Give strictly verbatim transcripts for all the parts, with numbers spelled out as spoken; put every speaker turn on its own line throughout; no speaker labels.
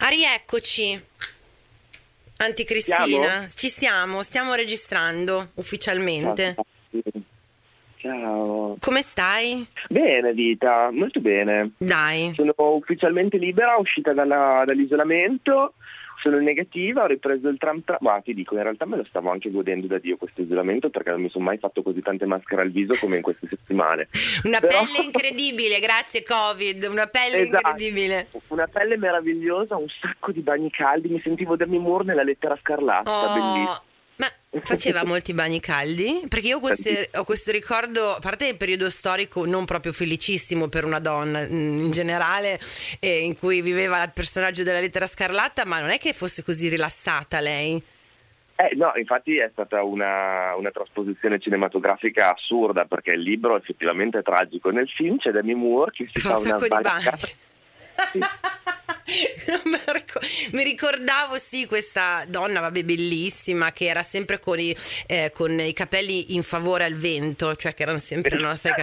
Ah, rieccoci. Anticristina, ci siamo, stiamo registrando ufficialmente.
Ciao.
Come stai?
Bene, Vita, molto bene.
Dai.
Sono ufficialmente libera, uscita dalla- dall'isolamento, sono negativa, ho ripreso il tram tram. Ma ti dico, in realtà me lo stavo anche godendo da Dio questo isolamento, perché non mi sono mai fatto così tante maschere al viso come in queste settimane.
Una
Però-
pelle incredibile, grazie Covid, una pelle
Esatto.
incredibile.
Una pelle meravigliosa, un sacco di bagni caldi, mi sentivo Demi Moore nella Lettera Scarlatta, bellissimo.
Oh, ma faceva molti bagni caldi? Perché io ho, queste- ho questo ricordo, a parte il periodo storico non proprio felicissimo per una donna mm, in generale, eh, in cui viveva il personaggio della Lettera Scarlatta, ma non è che fosse così rilassata lei.
Eh, no, infatti è stata una, una trasposizione cinematografica assurda, perché il libro effettivamente è tragico. Nel film c'è Demi Moore che si
Fa
fa
un
una
sacco di
bagna-
bagni. Non me lo ricor- Mi ricordavo, sì, questa donna, vabbè, bellissima, che era sempre con i, eh, con i capelli in favore al vento, cioè che erano sempre, no, sai,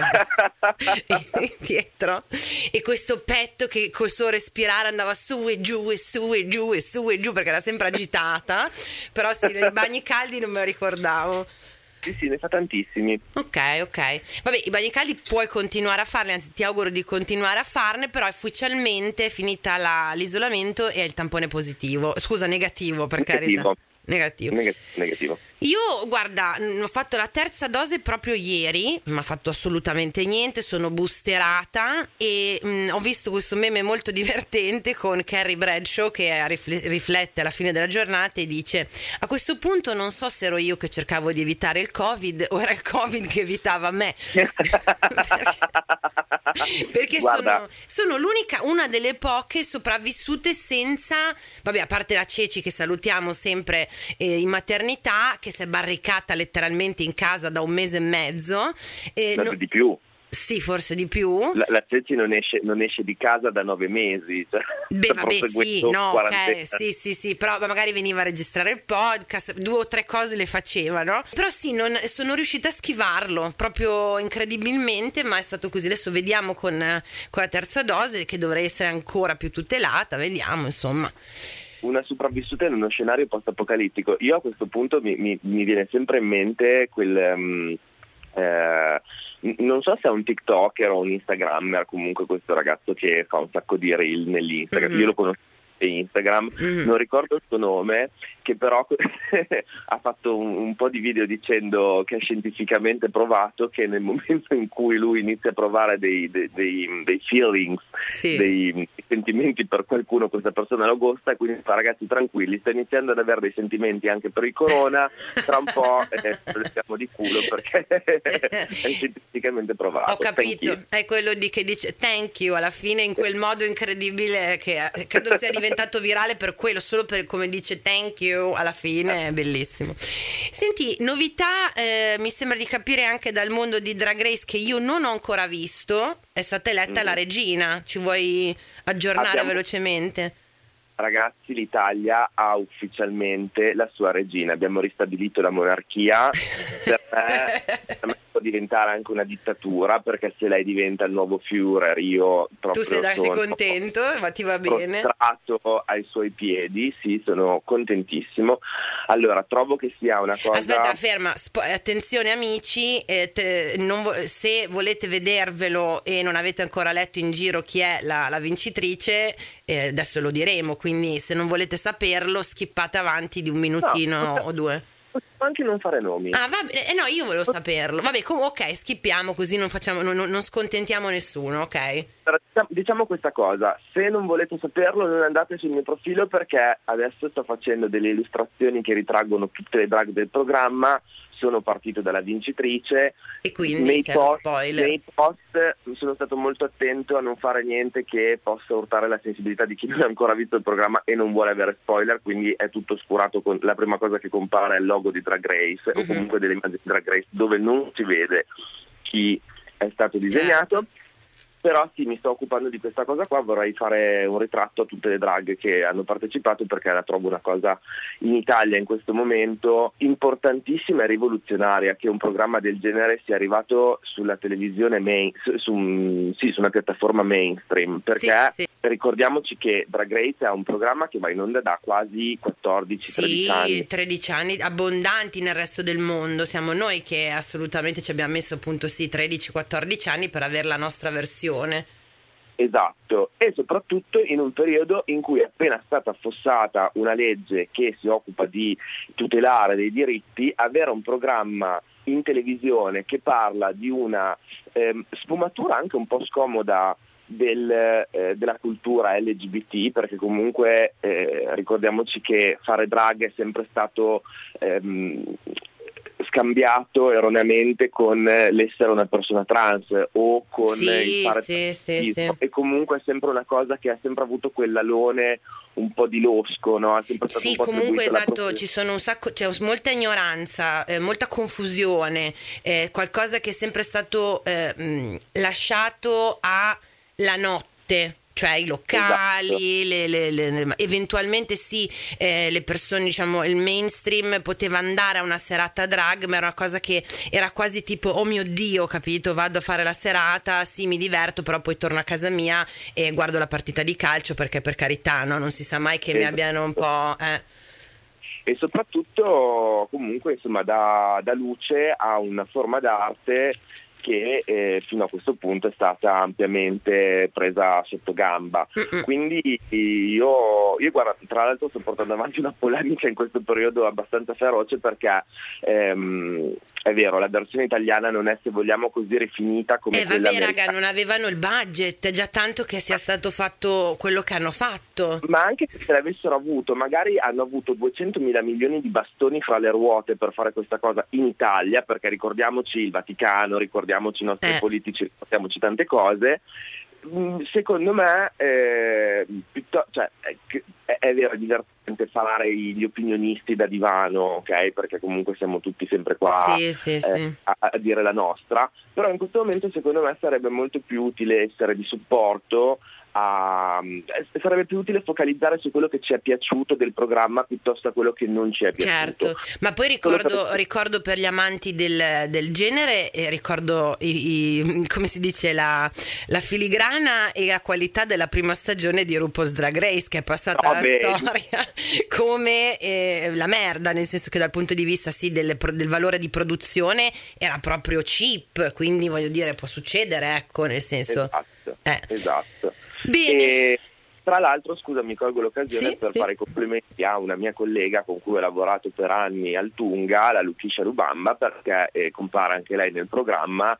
capelli dietro, e questo petto che col suo respirare andava su e giù e su e giù e su e giù, perché era sempre agitata. Però sì, nei bagni caldi non me lo ricordavo.
Sì, sì, ne fa tantissimi.
Ok, ok. Vabbè, i bagni caldi puoi continuare a farli, anzi ti auguro di continuare a farne, però ufficialmente è finita la- l'isolamento e il tampone positivo. Scusa, negativo, per
Negativo.
carità. Negativo.
Neg- negativo.
Io, guarda, mh, ho fatto la terza dose proprio ieri, non mi ha fatto assolutamente niente, sono boosterata e mh, ho visto questo meme molto divertente con Carrie Bradshaw che rifle- riflette alla fine della giornata e dice: a questo punto non so se ero io che cercavo di evitare il Covid o era il Covid che evitava me. perché perché
Guarda.
sono, sono l'unica, una delle poche sopravvissute senza, vabbè, a parte la Ceci che salutiamo sempre eh, in maternità, che si è barricata letteralmente in casa da un mese e mezzo. Eh,
No,
no-
di più.
sì, forse di più.
La, la Ceci non esce, non esce di casa da nove mesi. Cioè,
Beh,
sta
vabbè, sì,
proseguendo
no, ok,
quarantena.
sì, sì, sì, però magari veniva a registrare il podcast, due o tre cose le faceva, no? Però sì, non, sono riuscita a schivarlo, proprio incredibilmente, ma è stato così. Adesso vediamo con, eh, con la terza dose, che dovrei essere ancora più tutelata, vediamo, insomma.
Una sopravvissuta in uno scenario post-apocalittico. Io a questo punto mi, mi- mi viene sempre in mente quel... ehm, eh, n- non so se è un TikToker o un Instagrammer, comunque questo ragazzo che fa un sacco di reel nell'Instagram.
Mhm.
Io lo conosco su Instagram,
Mhm.
non ricordo il suo nome, che però ha fatto un, un po' di video dicendo che è scientificamente provato che nel momento in cui lui inizia a provare dei, dei, dei, dei feelings,
Sì.
dei sentimenti per qualcuno, questa persona lo gosta, quindi fa: ragazzi tranquilli, sta iniziando ad avere dei sentimenti anche per il corona, tra un po' eh, lo stiamo di culo perché è scientificamente provato.
Ho
Thank
capito,
you.
è quello di che dice thank you alla fine in quel modo incredibile che eh, credo sia diventato virale per quello, solo per come dice thank you alla fine, è bellissimo. Senti, novità, eh, mi sembra di capire anche dal mondo di Drag Race che io non ho ancora visto, è stata eletta
Mhm.
la regina, ci vuoi aggiornare
Abbiamo-
velocemente?
Ragazzi, l'Italia ha ufficialmente la sua regina, abbiamo ristabilito la monarchia. Per me, per me può diventare anche una dittatura, perché se lei diventa il nuovo Führer io proprio
Tu sei, da- sei
sono
contento, ma ti va bene?
prostrato ai suoi piedi. Sì, sono contentissimo. Allora, trovo che sia una cosa...
Aspetta, ferma, Spo- attenzione amici, eh, te- non vo- se volete vedervelo e non avete ancora letto in giro chi è la, la vincitrice, eh, adesso lo diremo, quindi se non volete saperlo skippate avanti di un minutino
No,
o due.
possiamo anche non fare nomi.
Ah, va bene, eh, no, io volevo saperlo. Vabbè, com- ok, skippiamo così non facciamo, non, non- non scontentiamo nessuno, ok?
Però diciamo- Diciamo questa cosa: se non volete saperlo non andate sul mio profilo, perché adesso sto facendo delle illustrazioni che ritraggono tutte le drag del programma. Sono partito dalla vincitrice.
E quindi
nei
c'è lo
post,
spoiler.
nei post sono stato molto attento a non fare niente che possa urtare la sensibilità di chi non ha ancora visto il programma e non vuole avere spoiler, quindi è tutto oscurato. Con la prima cosa che compare è il logo di Drag Race, o
Mhm.
comunque delle immagini di Drag Race dove non si vede chi è stato disegnato.
Certo.
Però sì, mi sto occupando di questa cosa qua, vorrei fare un ritratto a tutte le drag che hanno partecipato, perché la trovo una cosa in Italia in questo momento importantissima e rivoluzionaria, che un programma del genere sia arrivato sulla televisione main, su, su, sì, su una piattaforma mainstream, perché
Sì, sì.
ricordiamoci che Drag Race è un programma che va in onda da quasi quattordici tredici
sì,
anni.
tredici anni abbondanti nel resto del mondo. Siamo noi che assolutamente ci abbiamo messo appunto sì tredici quattordici anni per avere la nostra versione.
Esatto, e soprattutto in un periodo in cui è appena stata affossata una legge che si occupa di tutelare dei diritti, avere un programma in televisione che parla di una ehm, sfumatura anche un po' scomoda del, eh, della cultura L G B T, perché comunque eh, ricordiamoci che fare drag è sempre stato ehm, scambiato erroneamente con l'essere una persona trans o con
sì,
il fare
sì, sì, sì.
e comunque è sempre una cosa che ha sempre avuto quell'alone un po' di losco, no? È sempre stato
sì,
un po'
comunque esatto,
prof...
ci sono un sacco, c'è molta ignoranza, eh, molta confusione, eh, qualcosa che è sempre stato eh, mh, lasciato alla notte. Cioè i locali,
esatto.
le, le, le, eventualmente sì, eh, le persone, diciamo, il mainstream poteva andare a una serata drag, ma era una cosa che era quasi tipo, oh mio Dio, capito, vado a fare la serata, sì mi diverto, però poi torno a casa mia e guardo la partita di calcio, perché per carità, no? Non si sa mai che esatto. mi abbiano un po'... Eh.
E soprattutto comunque insomma dà, dà luce a una forma d'arte che eh, fino a questo punto è stata ampiamente presa sotto gamba. Mm-mm. Quindi io, io guarda, tra l'altro sto portando avanti una polemica in questo periodo abbastanza feroce, perché ehm, è vero, la versione italiana non è, se vogliamo, così rifinita come
eh,
quella
vabbè
americana.
raga, non avevano il budget, è già tanto che sia stato fatto quello che hanno fatto.
Ma anche se l'avessero avuto, magari hanno avuto duecentomila milioni di bastoni fra le ruote per fare questa cosa in Italia, perché ricordiamoci il Vaticano, ricordiamoci i nostri eh. politici, ricordiamoci tante cose. Secondo me eh, piuttosto, cioè, è, è vero, è divertente fare gli opinionisti da divano, ok? Perché comunque siamo tutti sempre qua
sì, sì,
eh,
sì.
A, a dire la nostra, però in questo momento secondo me sarebbe molto più utile essere di supporto. A, sarebbe più utile focalizzare su quello che ci è piaciuto del programma piuttosto a quello che non ci è piaciuto.
Certo, ma poi ricordo, per... ricordo per gli amanti del, del genere, eh, ricordo i, i, come si dice la, la filigrana e la qualità della prima stagione di RuPaul's Drag Race, che è passata
oh,
alla
beh.
storia come eh, la merda, nel senso che dal punto di vista sì del, del valore di produzione era proprio cheap, quindi voglio dire può succedere, ecco, nel senso
esatto,
eh.
esatto.
Bene.
E, tra l'altro, scusami, colgo l'occasione
sì,
per
sì.
fare complimenti a una mia collega con cui ho lavorato per anni al Tunga, la Luchisha Rubamba, perché eh, compare anche lei nel programma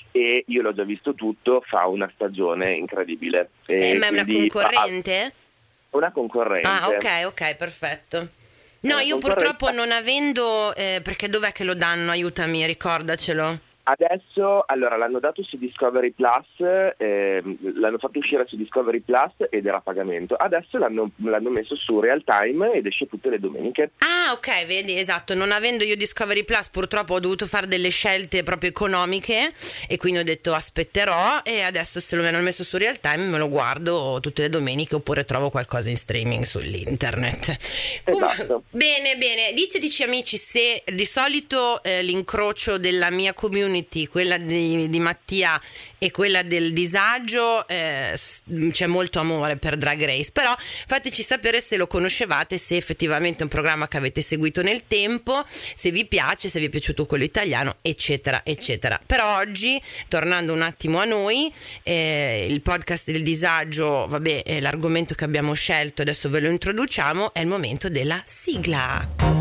e io l'ho già visto tutto, fa una stagione incredibile.
Eh, ma è una concorrente?
Fa una concorrente.
Ah, ok, ok, perfetto. No, io purtroppo non avendo, eh, perché dov'è che lo danno? Aiutami, ricordacelo.
Adesso, allora, l'hanno dato su Discovery Plus, eh, l'hanno fatto uscire su Discovery Plus ed era a pagamento. Adesso l'hanno, l'hanno messo su Real Time ed esce tutte le domeniche.
Ah, ok, vedi, esatto. Non avendo io Discovery Plus, purtroppo ho dovuto fare delle scelte proprio economiche e quindi ho detto aspetterò, e adesso se lo hanno messo su Real Time me lo guardo tutte le domeniche, oppure trovo qualcosa in streaming sull'internet.
Esatto.
Bene, bene. Diteci amici se di solito eh, l'incrocio della mia community, quella di, di Mattia e quella del disagio, eh, c'è molto amore per Drag Race, però fateci sapere se lo conoscevate, se effettivamente è un programma che avete seguito nel tempo, se vi piace, se vi è piaciuto quello italiano, eccetera eccetera. Però oggi, tornando un attimo a noi, eh, il podcast del disagio, vabbè, è l'argomento che abbiamo scelto, adesso ve lo introduciamo, è il momento della sigla.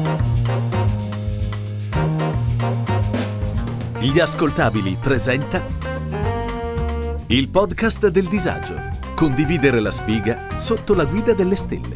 Gli Ascoltabili presenta il podcast del disagio. Condividere la sfiga sotto la guida delle stelle.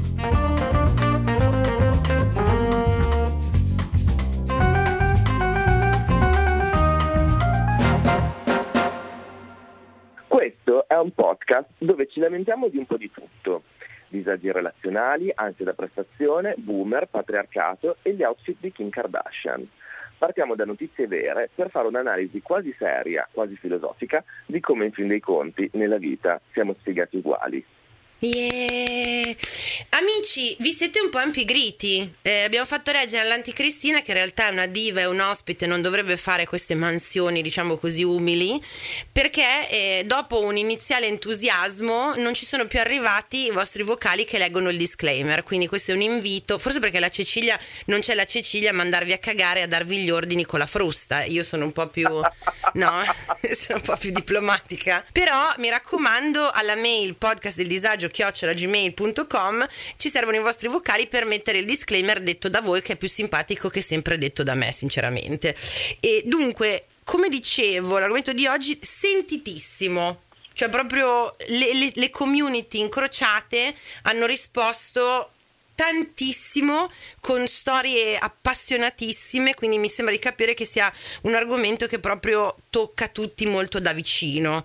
Questo è un podcast dove ci lamentiamo di un po' di tutto. Disagi relazionali, ansia da prestazione, boomer, patriarcato e gli outfit di Kim Kardashian. Partiamo da notizie vere per fare un'analisi quasi seria, quasi filosofica, di come in fin dei conti nella vita siamo sfigati uguali.
Yeah. Amici, vi siete un po' impigriti. Eh, abbiamo fatto leggere all'Anticristina che in realtà è una diva, è un ospite, non dovrebbe fare queste mansioni, diciamo così, umili, perché eh, dopo un iniziale entusiasmo non ci sono più arrivati i vostri vocali che leggono il disclaimer. Quindi questo è un invito, forse perché la Cecilia non c'è la Cecilia a mandarvi a cagare, a darvi gli ordini con la frusta. Io sono un po' più no, sono un po' più diplomatica. Però mi raccomando, alla mail podcast del disagio chiocciola gmail punto com ci servono i vostri vocali per mettere il disclaimer detto da voi, che è più simpatico che sempre detto da me, sinceramente. E dunque, come dicevo, l'argomento di oggi sentitissimo, cioè proprio le, le, le community incrociate hanno risposto tantissimo con storie appassionatissime, quindi mi sembra di capire che sia un argomento che proprio tocca tutti molto da vicino.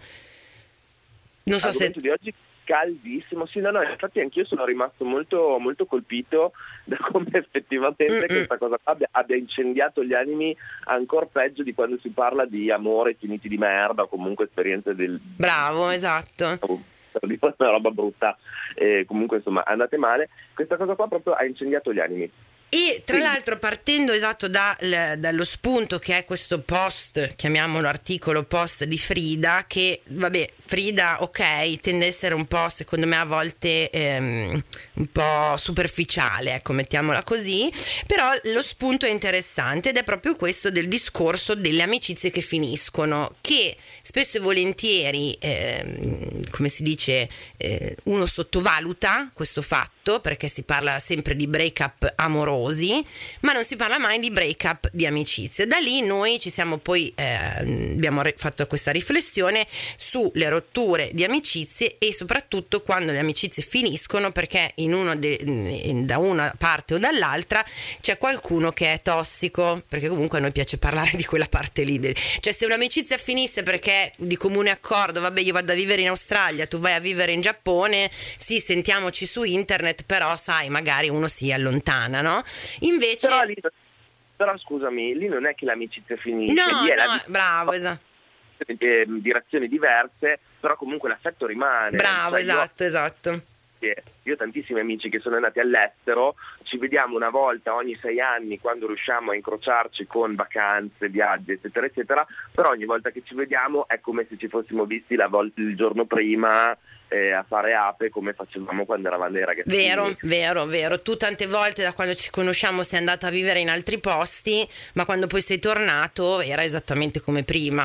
Non so
l'argomento
se
di oggi caldissimo, sì, no, no, infatti anch'io sono rimasto molto, molto colpito da come effettivamente Mm-mm. questa cosa abbia, abbia incendiato gli animi ancora peggio di quando si parla di amore finiti di merda o comunque esperienze del...
Bravo, esatto.
Di una roba brutta, eh, comunque insomma andate male, questa cosa qua proprio ha incendiato gli animi.
E tra
Quindi.
l'altro, partendo esatto da, l, dallo spunto che è questo post, chiamiamolo articolo post di Frida, che vabbè, Frida ok, tende a essere un po', secondo me a volte ehm, un po' superficiale, ecco, mettiamola così, però lo spunto è interessante ed è proprio questo del discorso delle amicizie che finiscono, che spesso e volentieri, ehm, come si dice, eh, uno sottovaluta questo fatto, perché si parla sempre di break-up amorosi, ma non si parla mai di break-up di amicizia. Da lì noi ci siamo poi eh, abbiamo re- fatto questa riflessione sulle rotture di amicizie e soprattutto quando le amicizie finiscono, perché in uno de- da una parte o dall'altra c'è qualcuno che è tossico, perché comunque a noi piace parlare di quella parte lì. Cioè, se un'amicizia finisse perché di comune accordo, vabbè, io vado a vivere in Australia, tu vai a vivere in Giappone, sì, sentiamoci su internet, però sai, magari uno si allontana, no? Invece
però, lì, però scusami, lì non è che l'amicizia finisce,
no,
lì è
no,
la
bravo, esatto,
direzioni diverse, però comunque l'affetto rimane.
bravo,
cioè,
esatto,
io,
esatto.
Io ho tantissimi amici che sono andati all'estero, ci vediamo una volta ogni sei anni quando riusciamo a incrociarci con vacanze, viaggi, eccetera, eccetera, però ogni volta che ci vediamo è come se ci fossimo visti la volta, il giorno prima eh, a fare ape, come facevamo quando eravamo dei ragazzini.
Vero, vero, vero. Tu tante volte da quando ci conosciamo sei andato a vivere in altri posti, ma quando poi sei tornato era esattamente come prima.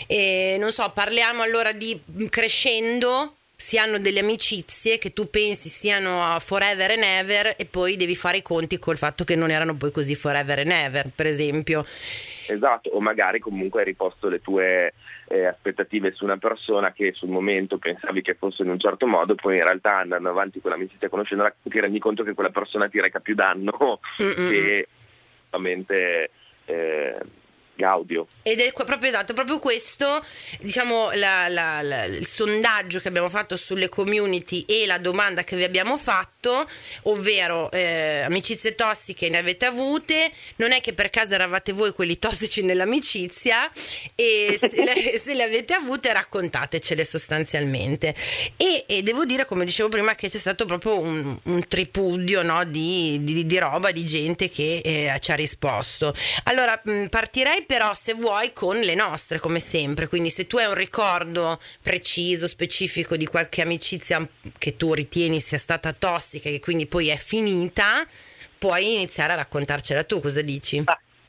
E non so, parliamo allora di crescendo. Si hanno delle amicizie che tu pensi siano forever and ever e poi devi fare i conti col fatto che non erano poi così forever and ever, per esempio.
Esatto, o magari comunque hai riposto le tue eh, aspettative su una persona che sul momento pensavi che fosse in un certo modo, poi in realtà andando avanti con l'amicizia, conoscendola, ti rendi conto che quella persona ti reca più danno Mm-mm. che veramente eh, gaudio.
Ed è proprio esatto, proprio questo, diciamo, la, la, la, il sondaggio che abbiamo fatto sulle community e la domanda che vi abbiamo fatto, ovvero eh, amicizie tossiche ne avete avute, non è che per caso eravate voi quelli tossici nell'amicizia, e se le, se le avete avute raccontatecele sostanzialmente. E, e devo dire, come dicevo prima, che c'è stato proprio un, un tripudio, no, di, di, di roba, di gente che eh, ci ha risposto. Allora mh, partirei però, se vuoi, con le nostre, come sempre. Quindi se tu hai un ricordo preciso, specifico di qualche amicizia che tu ritieni sia stata tossica e che quindi poi è finita, puoi iniziare a raccontarcela tu. Cosa dici?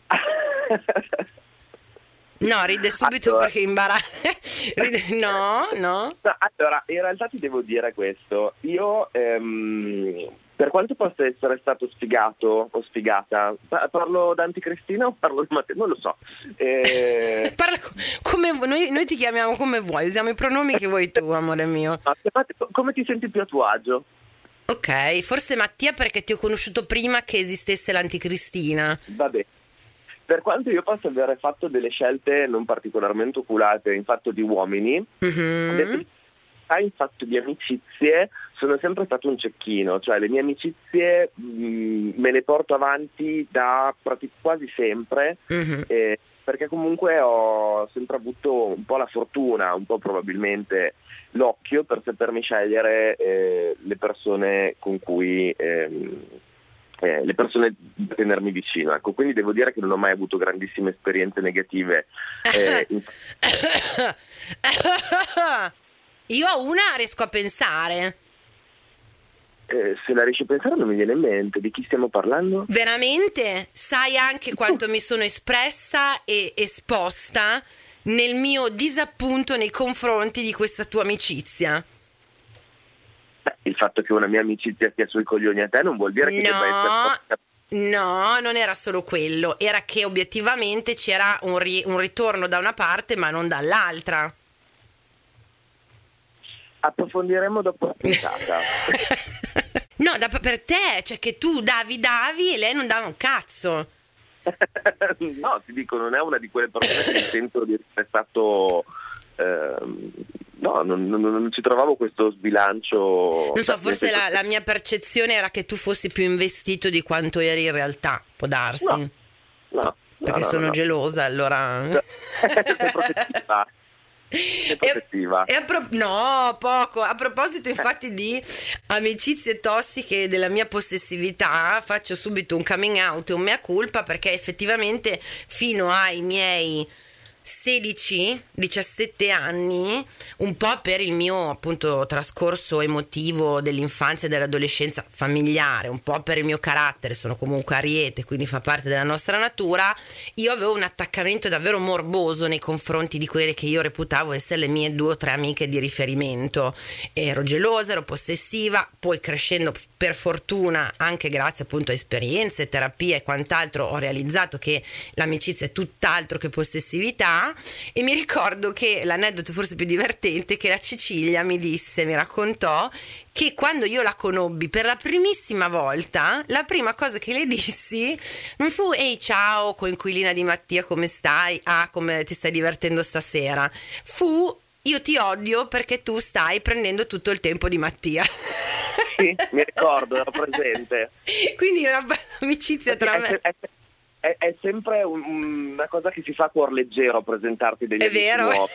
No, ride subito allora. Perché imbarazza. No, no.
no. Allora, in realtà ti devo dire questo. Io ehm, per quanto possa essere stato sfigato o sfigata, parlo d'Anticristina o parlo di Matteo? Non lo so. Eh...
Parla come noi, noi ti chiamiamo come vuoi, usiamo i pronomi che vuoi tu, amore mio.
Come ti senti più a tuo agio?
Ok, forse Mattia perché ti ho conosciuto prima che esistesse l'Anticristina.
Vabbè. Per quanto io possa aver fatto delle scelte non particolarmente oculate in fatto di uomini, mm-hmm. in fatto di amicizie sono sempre stato un cecchino, cioè le mie amicizie mh, me le porto avanti da pratic- quasi sempre, mm-hmm. eh, perché comunque ho sempre avuto un po' la fortuna, un po' probabilmente l'occhio per sapermi scegliere eh, le persone con cui ehm, eh, le persone da tenermi vicino, ecco. Quindi devo dire che non ho mai avuto grandissime esperienze negative. eh, in...
Io a una riesco a pensare.
Eh, se la riesci a pensare non mi viene in mente. Di chi stiamo parlando?
Veramente? Sai anche quanto mi sono espressa e esposta nel mio disappunto nei confronti di questa tua amicizia.
Beh, il fatto che una mia amicizia stia sui coglioni a te non vuol dire che
No.
debba essere...
No, non era solo quello, era che obiettivamente c'era un, ri- un ritorno da una parte ma non dall'altra.
Approfondiremo dopo la puntata.
No, da, per te, cioè che tu davi davi e lei non dava un cazzo.
No, ti dico, non è una di quelle persone che mi sento di essere stato... Ehm, no, non, non, non ci trovavo questo sbilancio.
Non so, forse
senso...
la, la mia percezione era che tu fossi più investito di quanto eri in realtà, può darsi.
No, no,
perché
no, no,
sono
no.
gelosa, allora...
Sei protettiva. Sei protettiva.
E, e a pro- no, poco. A proposito infatti di amicizie tossiche e della mia possessività, faccio subito un coming out e un mea culpa, perché effettivamente fino ai miei sedici diciassette anni, un po' per il mio appunto trascorso emotivo dell'infanzia e dell'adolescenza familiare, un po' per il mio carattere, sono comunque ariete, quindi fa parte della nostra natura, io avevo un attaccamento davvero morboso nei confronti di quelle che io reputavo essere le mie due o tre amiche di riferimento. Ero gelosa, ero possessiva, poi crescendo per fortuna, anche grazie appunto a esperienze, terapia e quant'altro, ho realizzato che l'amicizia è tutt'altro che possessività. E mi ricordo che l'aneddoto forse più divertente è che la Cecilia mi disse, mi raccontò che quando io la conobbi per la primissima volta, la prima cosa che le dissi non fu ehi ciao coinquilina di Mattia, come stai? Ah, come ti stai divertendo stasera? Fu io ti odio perché tu stai prendendo tutto il tempo di Mattia.
Sì, mi ricordo, ero presente.
Quindi una bella amicizia tra me.
È, è, è, è sempre un, una cosa che si fa a cuor leggero presentarti degli
È
amici
vero?
nuovi.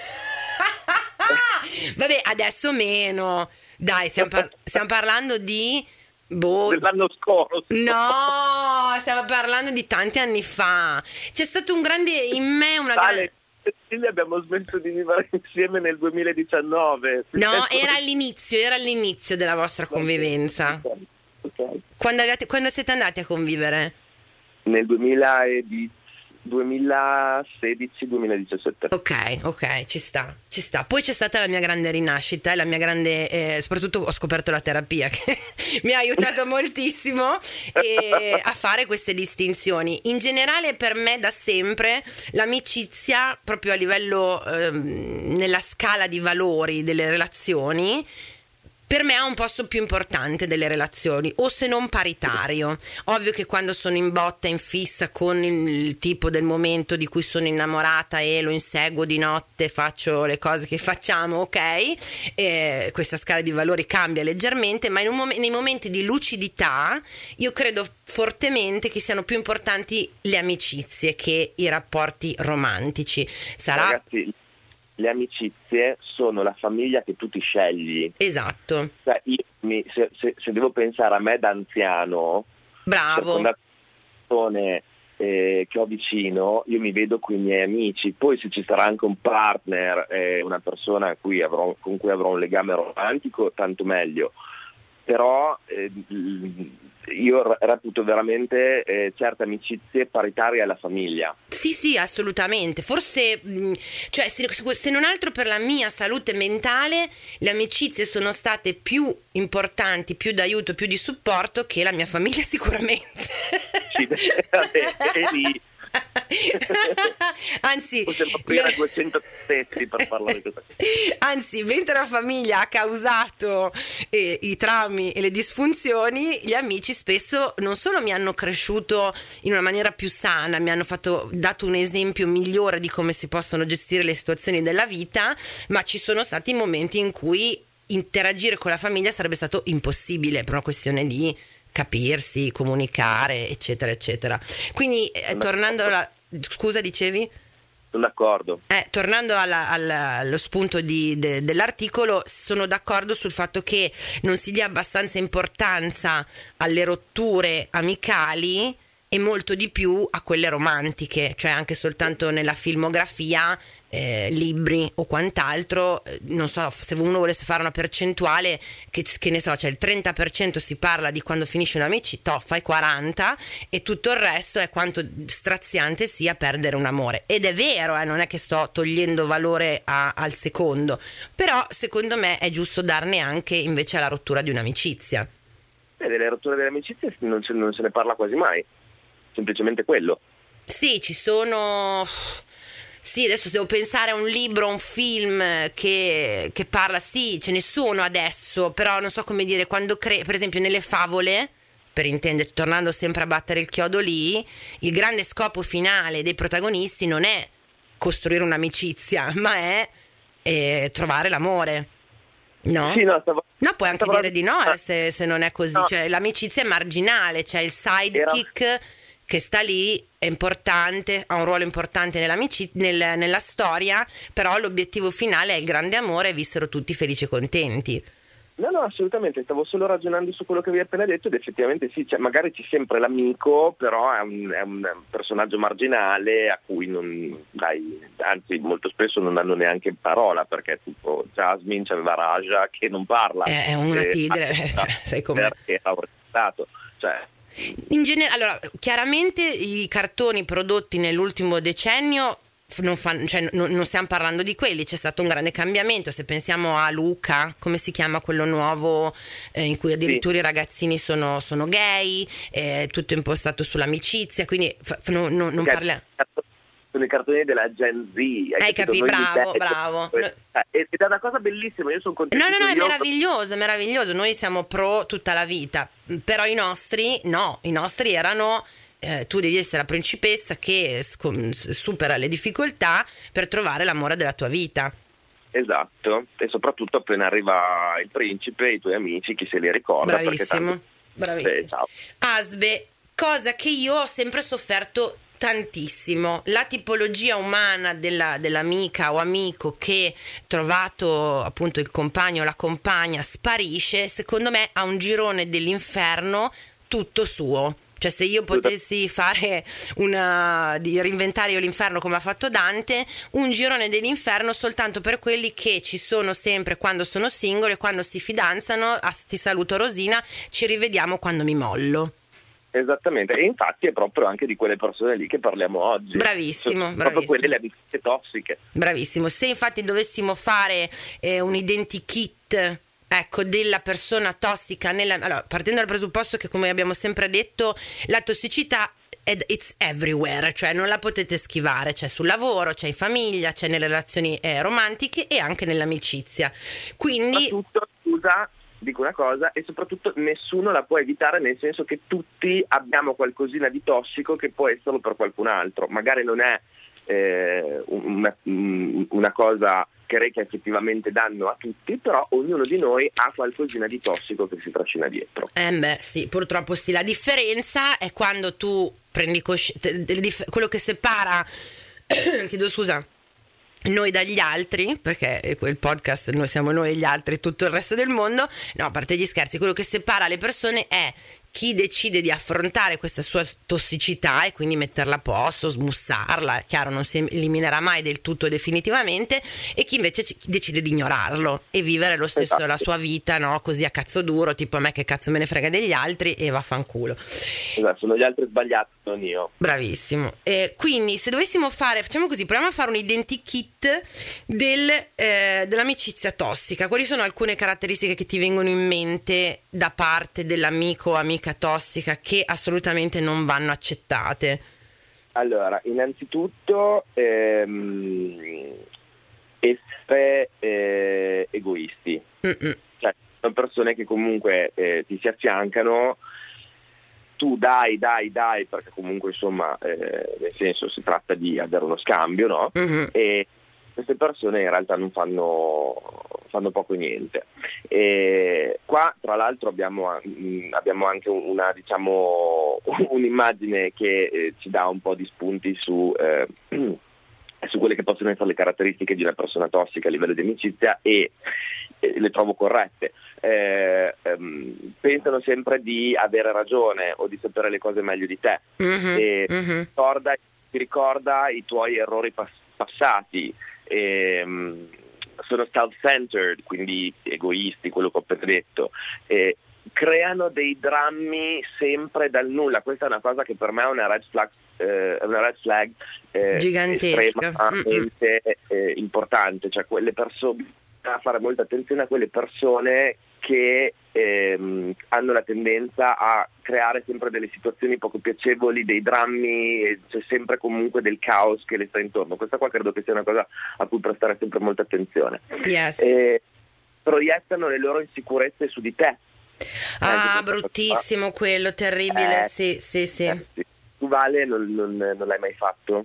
Vabbè, adesso meno. Dai, stiamo, par- stiamo parlando di boh.
Dell'anno scorso.
No, stiamo parlando di tanti anni fa. C'è stato un grande in me una grande.
Cecilia, abbiamo smesso di vivere insieme nel duemiladiciannove.
No, era all'inizio, era all'inizio della vostra convivenza.
Ok, ok.
Quando, avete, quando siete andati a convivere?
Nel duemiladiciannove duemilasedici duemiladiciassette.
Ok, ok, ci sta, ci sta. Poi c'è stata la mia grande rinascita e la mia grande, eh, soprattutto ho scoperto la terapia che mi ha aiutato moltissimo e a fare queste distinzioni. In generale per me da sempre l'amicizia, proprio a livello ehm, nella scala di valori delle relazioni, per me ha un posto più importante delle relazioni, o se non paritario. Ovvio che quando sono in botta, in fissa con il tipo del momento di cui sono innamorata e lo inseguo di notte, faccio le cose che facciamo, ok, e questa scala di valori cambia leggermente, ma in un mom- nei momenti di lucidità io credo fortemente che siano più importanti le amicizie che i rapporti romantici. Sarà...
Ragazzi, le amicizie sono la famiglia che tu ti scegli.
Esatto.
Cioè, io mi, se, se, se devo pensare a me da anziano,
bravo,
con le persone eh, che ho vicino, io mi vedo con i miei amici. Poi se ci sarà anche un partner, eh, una persona a cui avrò, con cui avrò un legame romantico, tanto meglio. Però eh, io reputo veramente eh, certe amicizie paritarie alla famiglia.
Sì, sì, assolutamente. Forse, mh, cioè, se, se non altro per la mia salute mentale, le amicizie sono state più importanti, più d'aiuto, più di supporto che la mia famiglia sicuramente.
Sì, è lì.
Anzi,
possiamo aprire duecento pezzi per parlare di questo.
Anzi, mentre la famiglia ha causato eh, i traumi e le disfunzioni, gli amici spesso non solo mi hanno cresciuto in una maniera più sana, mi hanno fatto dato un esempio migliore di come si possono gestire le situazioni della vita, ma ci sono stati momenti in cui interagire con la famiglia sarebbe stato impossibile per una questione di capirsi, comunicare, eccetera, eccetera. Quindi, eh, tornando alla... Scusa, dicevi?
sono d'accordo.
Eh, tornando alla, alla, allo spunto di, de, dell'articolo, sono d'accordo sul fatto che non si dia abbastanza importanza alle rotture amicali e molto di più a quelle romantiche, cioè anche soltanto nella filmografia, eh, libri o quant'altro, eh, non so, se uno volesse fare una percentuale, che, che ne so, cioè il trenta per cento si parla di quando finisce un'amicizia, to, fai quaranta, e tutto il resto è quanto straziante sia perdere un amore. Ed è vero, eh, non è che sto togliendo valore a, al secondo, però secondo me è giusto darne anche invece alla rottura di un'amicizia.
Beh, delle rotture delle amicizie non se, non se ne parla quasi mai. Semplicemente quello.
Sì, ci sono. Sì, adesso devo pensare a un libro, un film che, che parla, sì, ce ne sono adesso, però non so come dire, quando cre- per esempio nelle favole, per intenderci, tornando sempre a battere il chiodo lì, il grande scopo finale dei protagonisti non è costruire un'amicizia, ma è eh, trovare l'amore. No?
Sì, no, stavo,
no, puoi anche
stavo...
dire di no eh, se, se non è così, no. Cioè l'amicizia è marginale, c'è il sidekick Era... che sta lì, è importante, ha un ruolo importante nell'amici- nel, nella storia, però l'obiettivo finale è il grande amore e vissero tutti felici e contenti.
No, no, assolutamente, stavo solo ragionando su quello che vi hai appena detto ed effettivamente sì, cioè, magari c'è sempre l'amico, però è un, è un personaggio marginale a cui non dai, anzi molto spesso non danno neanche parola, perché tipo Jasmine c'aveva Raja che non parla.
È una
e,
tigre, cioè, sai com'è.
Perché ha stato, cioè...
In genere, allora, chiaramente i cartoni prodotti nell'ultimo decennio non, fanno, cioè, non, non stiamo parlando di quelli, c'è stato un grande cambiamento. Se pensiamo a Luca, come si chiama quello nuovo, eh, in cui addirittura sì. i ragazzini sono, sono gay, è tutto impostato sull'amicizia, quindi f- no, no, non parliamo.
Sono i cartoni della Gen Z. Hai,
hai capito? Bravo, bravo.
Ed è una cosa bellissima, io sono contento.
No, no, no, è
io...
meraviglioso, è meraviglioso. Noi siamo pro tutta la vita, però i nostri no, i nostri erano eh, tu devi essere la principessa che sc- supera le difficoltà per trovare l'amore della tua vita.
Esatto, e soprattutto appena arriva il principe, i tuoi amici, chi se li ricorda.
Bravissimo,
tanto...
bravissimo.
Eh, ciao.
Asbe, cosa che io ho sempre sofferto tantissimo, la tipologia umana della, dell'amica o amico che, trovato appunto il compagno o la compagna, sparisce, secondo me ha un girone dell'inferno tutto suo. Cioè, se io potessi fare una di reinventare io l'inferno come ha fatto Dante, un girone dell'inferno soltanto per quelli che ci sono sempre quando sono singoli e quando si fidanzano. Ah, ti saluto Rosina, ci rivediamo quando mi mollo.
Esattamente, e infatti è proprio anche di quelle persone lì che parliamo oggi.
Bravissimo,
Sono
bravissimo.
proprio quelle le amicizie tossiche.
Bravissimo, se infatti dovessimo fare eh, un identikit, ecco, della persona tossica nella... Allora, partendo dal presupposto che, come abbiamo sempre detto, la tossicità it's everywhere, cioè non la potete schivare, c'è sul lavoro, c'è in famiglia, c'è nelle relazioni eh, romantiche e anche nell'amicizia. Quindi...
Ma tutto, scusa... dico una cosa, e soprattutto nessuno la può evitare, nel senso che tutti abbiamo qualcosina di tossico che può esserlo per qualcun altro. Magari non è eh, una, una cosa che reca effettivamente danno a tutti, però ognuno di noi ha qualcosina di tossico che si trascina dietro.
Eh beh, sì, purtroppo sì. La differenza è quando tu prendi coscienza, quello che separa chiedo scusa noi dagli altri, perché quel podcast noi siamo noi e gli altri, tutto il resto del mondo, no, a parte gli scherzi, quello che separa le persone è chi decide di affrontare questa sua tossicità e quindi metterla a posto, smussarla, chiaro non si eliminerà mai del tutto definitivamente, e chi invece c- decide di ignorarlo e vivere lo stesso esatto. la sua vita, no, così a cazzo duro, tipo a me che cazzo me ne frega degli altri e vaffanculo.
Esatto, sono gli altri sbagliati, non io.
Bravissimo. E quindi se dovessimo fare, facciamo così, proviamo a fare un identikit del, eh, dell'amicizia tossica. Quali sono alcune caratteristiche che ti vengono in mente da parte dell'amico o amica tossica che assolutamente non vanno accettate?
Allora, innanzitutto ehm, essere eh, egoisti. Mm-mm. Cioè, sono persone che comunque eh, ti si affiancano, tu dai, dai, dai, perché comunque insomma, eh, nel senso si tratta di avere uno scambio, no? Mm-hmm. E queste persone in realtà non fanno, fanno poco e niente. E qua tra l'altro abbiamo, abbiamo anche una, diciamo, un'immagine che eh, ci dà un po' di spunti su, eh, su quelle che possono essere le caratteristiche di una persona tossica a livello di amicizia e, e le trovo corrette. Eh, ehm, pensano sempre di avere ragione o di sapere le cose meglio di te, mm-hmm, e mm-hmm. Ricorda, ti ricorda i tuoi errori pass- passati, e, um, sono self-centered, quindi egoisti, quello che ho appena detto, e creano dei drammi sempre dal nulla. Questa è una cosa che per me è una red flag, eh, una red flag eh,
gigantesca,
estremamente eh, importante, cioè quelle persone, a fare molta attenzione a quelle persone che ehm, hanno la tendenza a creare sempre delle situazioni poco piacevoli, dei drammi, e c'è sempre comunque del caos che le sta intorno. Questa qua credo che sia una cosa a cui prestare sempre molta attenzione.
Yes.
E proiettano le loro insicurezze su di te.
Ah, eh, bruttissimo quello, terribile,
eh,
sì, sì, sì.
Eh, sì. Tu, Vale, non, non, non l'hai mai fatto?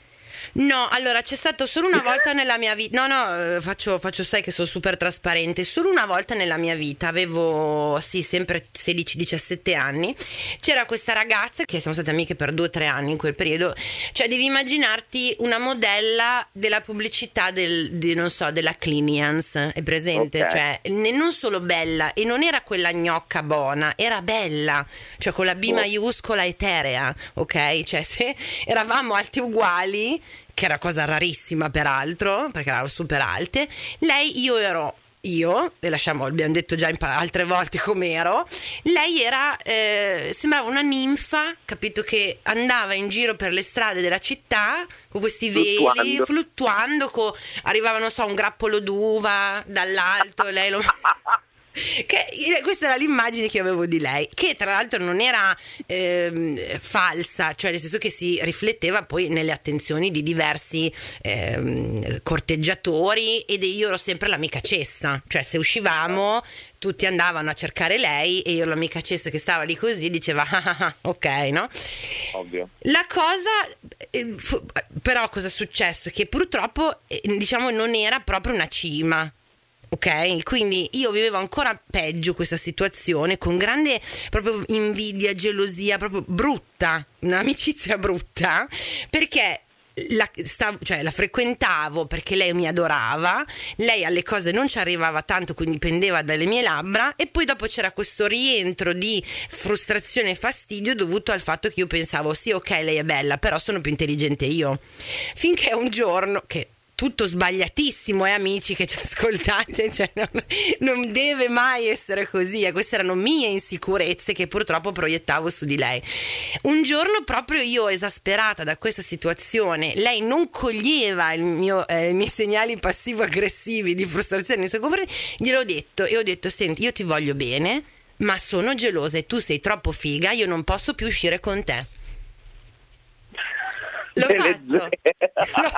No, allora c'è stato solo una volta nella mia vita. No, no, faccio, faccio sai che sono super trasparente. Solo una volta nella mia vita, avevo sì, sempre sedici diciassette anni. C'era questa ragazza che siamo state amiche per due o tre anni in quel periodo. Cioè, devi immaginarti una modella della pubblicità del, di, non so, della Clinians. È presente? Okay. Cioè, non solo bella, e non era quella gnocca buona, era bella, cioè con la B maiuscola eterea, ok? Cioè, se eravamo alti uguali, che era cosa rarissima peraltro, perché erano super alte, lei, io ero io, e lasciamo, abbiamo detto già in pa- altre volte com'ero, lei era, eh, sembrava una ninfa, capito, che andava in giro per le strade della città con questi veli, fluttuando, fluttuando co- arrivava, non so, un grappolo d'uva dall'alto, lei lo... Che, questa era l'immagine che io avevo di lei, che tra l'altro non era ehm, falsa, cioè nel senso che si rifletteva poi nelle attenzioni di diversi ehm, corteggiatori, ed io ero sempre l'amica cessa, cioè se uscivamo tutti andavano a cercare lei e io l'amica cessa che stava lì così diceva ah, ah, ok, no?
Ovvio.
La cosa eh, fu, però cosa è successo? Che purtroppo eh, diciamo non era proprio una cima. Ok, quindi io vivevo ancora peggio questa situazione, con grande proprio invidia, gelosia, proprio brutta, un'amicizia brutta, perché la, stavo, cioè, la frequentavo perché lei mi adorava, lei alle cose non ci arrivava tanto, quindi pendeva dalle mie labbra, e poi dopo c'era questo rientro di frustrazione e fastidio dovuto al fatto che io pensavo sì, ok, lei è bella, però sono più intelligente io, finché un giorno che tutto sbagliatissimo, eh amici che ci ascoltate, cioè non, non deve mai essere così, eh. Queste erano mie insicurezze che purtroppo proiettavo su di lei. Un giorno proprio io, esasperata da questa situazione, lei non coglieva il mio, eh, i miei segnali passivo-aggressivi di frustrazione nei suoi confronti, gliel'ho detto e ho detto senti, io ti voglio bene, ma sono gelosa e tu sei troppo figa, io non posso più uscire con te. L'ho fatto. L'ho...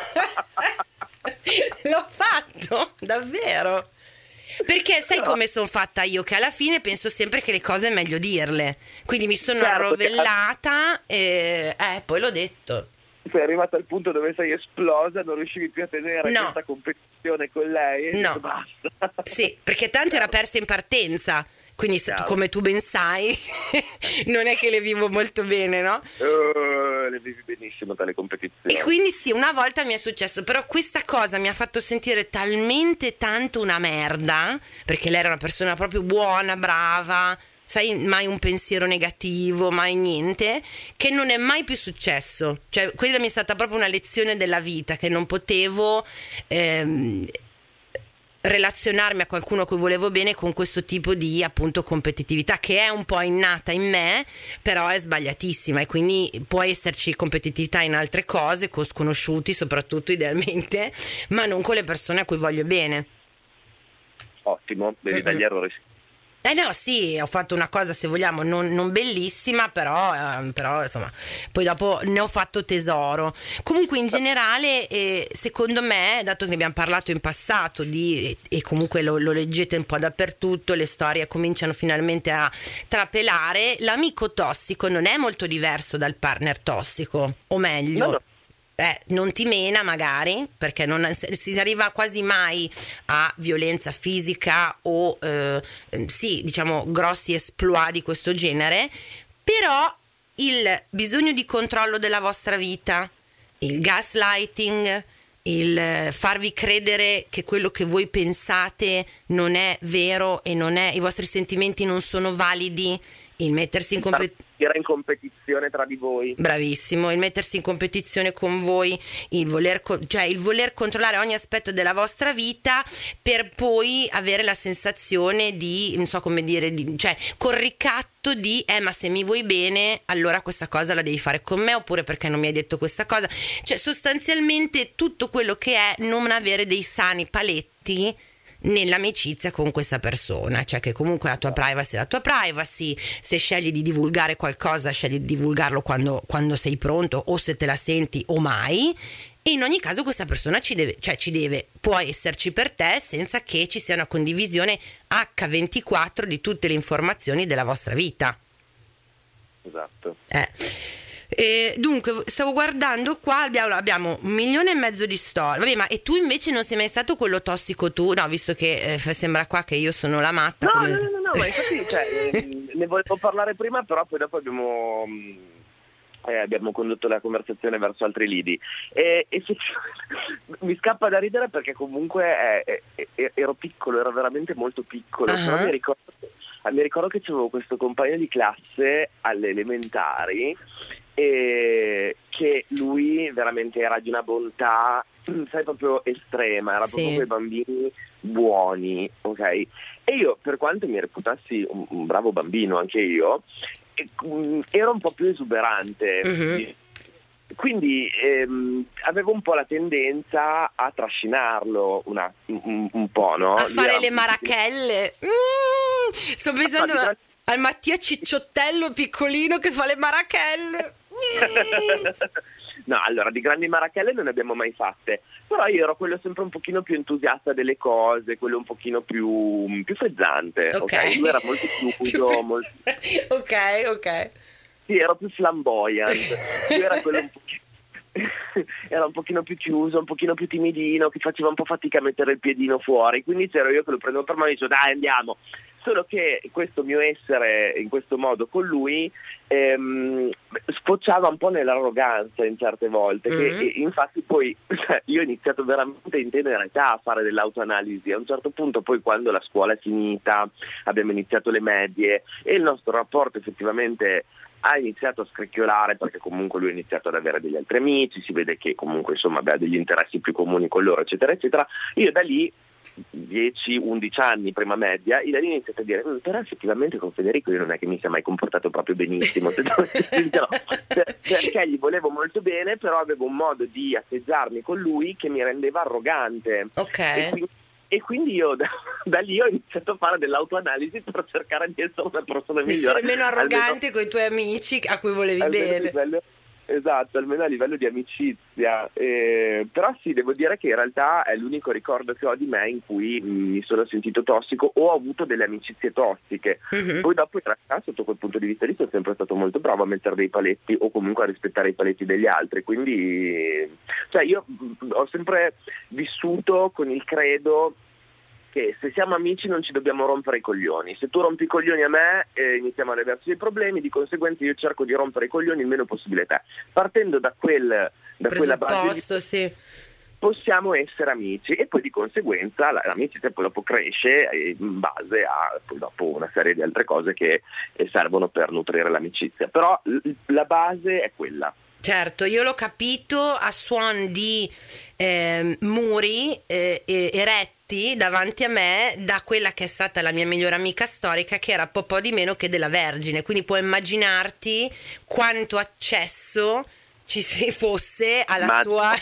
L'ho fatto, davvero. Perché sai come sono fatta io, che alla fine penso sempre che le cose è meglio dirle. Quindi mi sono certo, arrovellata e eh, poi l'ho detto.
Sei arrivata al punto dove sei esplosa, non riuscivi più a tenere no. questa competizione con lei e
no.
detto, basta.
Sì, perché tanto era persa in partenza. Quindi se tu, come tu ben sai, non è che le vivo molto bene, no?
Uh, le vivi benissimo dalle competizioni.
E quindi sì, una volta mi è successo, però questa cosa mi ha fatto sentire talmente tanto una merda, perché lei era una persona proprio buona, brava, sai, mai un pensiero negativo, mai niente, che non è mai più successo. Cioè, quella mi è stata proprio una lezione della vita, che non potevo... Ehm, relazionarmi a qualcuno a cui volevo bene con questo tipo di appunto competitività, che è un po' innata in me, però è sbagliatissima, e quindi può esserci competitività in altre cose, con sconosciuti soprattutto idealmente, ma non con le persone a cui voglio bene.
Ottimo, vedi dagli errori.
Eh no, sì, ho fatto una cosa, se vogliamo, non, non bellissima, però, eh, però insomma, poi dopo ne ho fatto tesoro. Comunque in generale, eh, secondo me, dato che ne abbiamo parlato in passato di, e, e comunque lo, lo leggete un po' dappertutto, le storie cominciano finalmente a trapelare, l'amico tossico non è molto diverso dal partner tossico, o meglio... No, no. Eh, non ti mena magari, perché non si arriva quasi mai a violenza fisica o eh, sì, diciamo grossi exploit di questo genere, però il bisogno di controllo della vostra vita, il gaslighting, il farvi credere che quello che voi pensate non è vero e non è, i vostri sentimenti non sono validi, il mettersi in competizione
era in competizione tra di voi.
Bravissimo, il mettersi in competizione con voi, il voler, co- cioè il voler controllare ogni aspetto della vostra vita per poi avere la sensazione di, non so come dire, di, cioè col ricatto di eh ma se mi vuoi bene allora questa cosa la devi fare con me, oppure perché non mi hai detto questa cosa, cioè sostanzialmente tutto quello che è non avere dei sani paletti nell'amicizia con questa persona, cioè che comunque la tua privacy è la tua privacy, se scegli di divulgare qualcosa scegli di divulgarlo quando, quando sei pronto o se te la senti o mai, e in ogni caso questa persona ci deve, cioè ci deve, può esserci per te senza che ci sia una condivisione acca ventiquattro di tutte le informazioni della vostra vita.
Esatto.
Eh. E dunque stavo guardando qua, abbiamo, abbiamo un milione e mezzo di storie. Vabbè, ma e tu invece non sei mai stato quello tossico tu? No, visto che eh, sembra qua che io sono la matta.
No,
come...
no, no, no, no, ma infatti cioè, ne volevo parlare prima, però poi dopo abbiamo eh, abbiamo condotto la conversazione verso altri lidi e, e se, mi scappa da ridere perché comunque eh, eh, ero piccolo, ero veramente molto piccolo, uh-huh. Però mi ricordo, mi ricordo che avevo questo compagno di classe alle elementari e che lui veramente era di una bontà, sai, proprio estrema, era sì. proprio quei bambini buoni, ok? E io, per quanto mi reputassi un, un bravo bambino anche io, e, um, ero un po' più esuberante, uh-huh. Quindi ehm, avevo un po' la tendenza a trascinarlo una, un, un po', no?
A fare le marachelle. Mm, sto pensando a, al Mattia Cicciottello piccolino che fa le marachelle.
No, allora di grandi marachelle non ne abbiamo mai fatte, però io ero quello sempre un pochino più entusiasta delle cose, quello un pochino più, più frezzante, ok? okay? Lui era molto chiuso,
più
molto...
ok, ok.
Sì, ero più flamboyant, io era quello un pochino... era un pochino più chiuso, un pochino più timidino, che faceva un po' fatica a mettere il piedino fuori, quindi c'ero io che lo prendevo per mano e dicevo dai andiamo. Solo che questo mio essere in questo modo con lui ehm, sfociava un po' nell'arroganza in certe volte, mm-hmm. che infatti poi cioè, io ho iniziato veramente in tenera età a fare dell'autoanalisi. A un certo punto poi, quando la scuola è finita, abbiamo iniziato le medie e il nostro rapporto effettivamente ha iniziato a scricchiolare, perché comunque lui ha iniziato ad avere degli altri amici, si vede che comunque insomma aveva degli interessi più comuni con loro, eccetera eccetera. Io da lì dieci undici anni prima media, io da lì ho iniziato a dire però effettivamente con Federico io non è che mi sia mai comportato proprio benissimo no, perché gli volevo molto bene, però avevo un modo di atteggiarmi con lui che mi rendeva arrogante,
okay.
e, quindi, e quindi io da, da lì ho iniziato a fare dell'autoanalisi per cercare di essere una persona migliore,
essere meno arrogante almeno, con i tuoi amici a cui volevi bene.
Livello, esatto, almeno a livello di amicizia, eh, però sì, devo dire che in realtà è l'unico ricordo che ho di me in cui mi sono sentito tossico o ho avuto delle amicizie tossiche. Mm-hmm. Poi dopo in realtà sotto quel punto di vista lì sono sempre stato molto bravo a mettere dei paletti o comunque a rispettare i paletti degli altri, quindi cioè io ho sempre vissuto con il credo che se siamo amici non ci dobbiamo rompere i coglioni. Se tu rompi i coglioni a me eh, iniziamo ad averci dei problemi, di conseguenza io cerco di rompere i coglioni il meno possibile a te. Partendo da quel da quella base di...
sì.
possiamo essere amici e poi di conseguenza l'amicizia poi dopo cresce in base a poi dopo una serie di altre cose che servono per nutrire l'amicizia, però la base è quella.
Certo, io l'ho capito a suon di eh, muri eh, eretti davanti a me da quella che è stata la mia migliore amica storica, che era po' po' di meno che della Vergine, quindi puoi immaginarti quanto accesso ci si fosse alla Ma... sua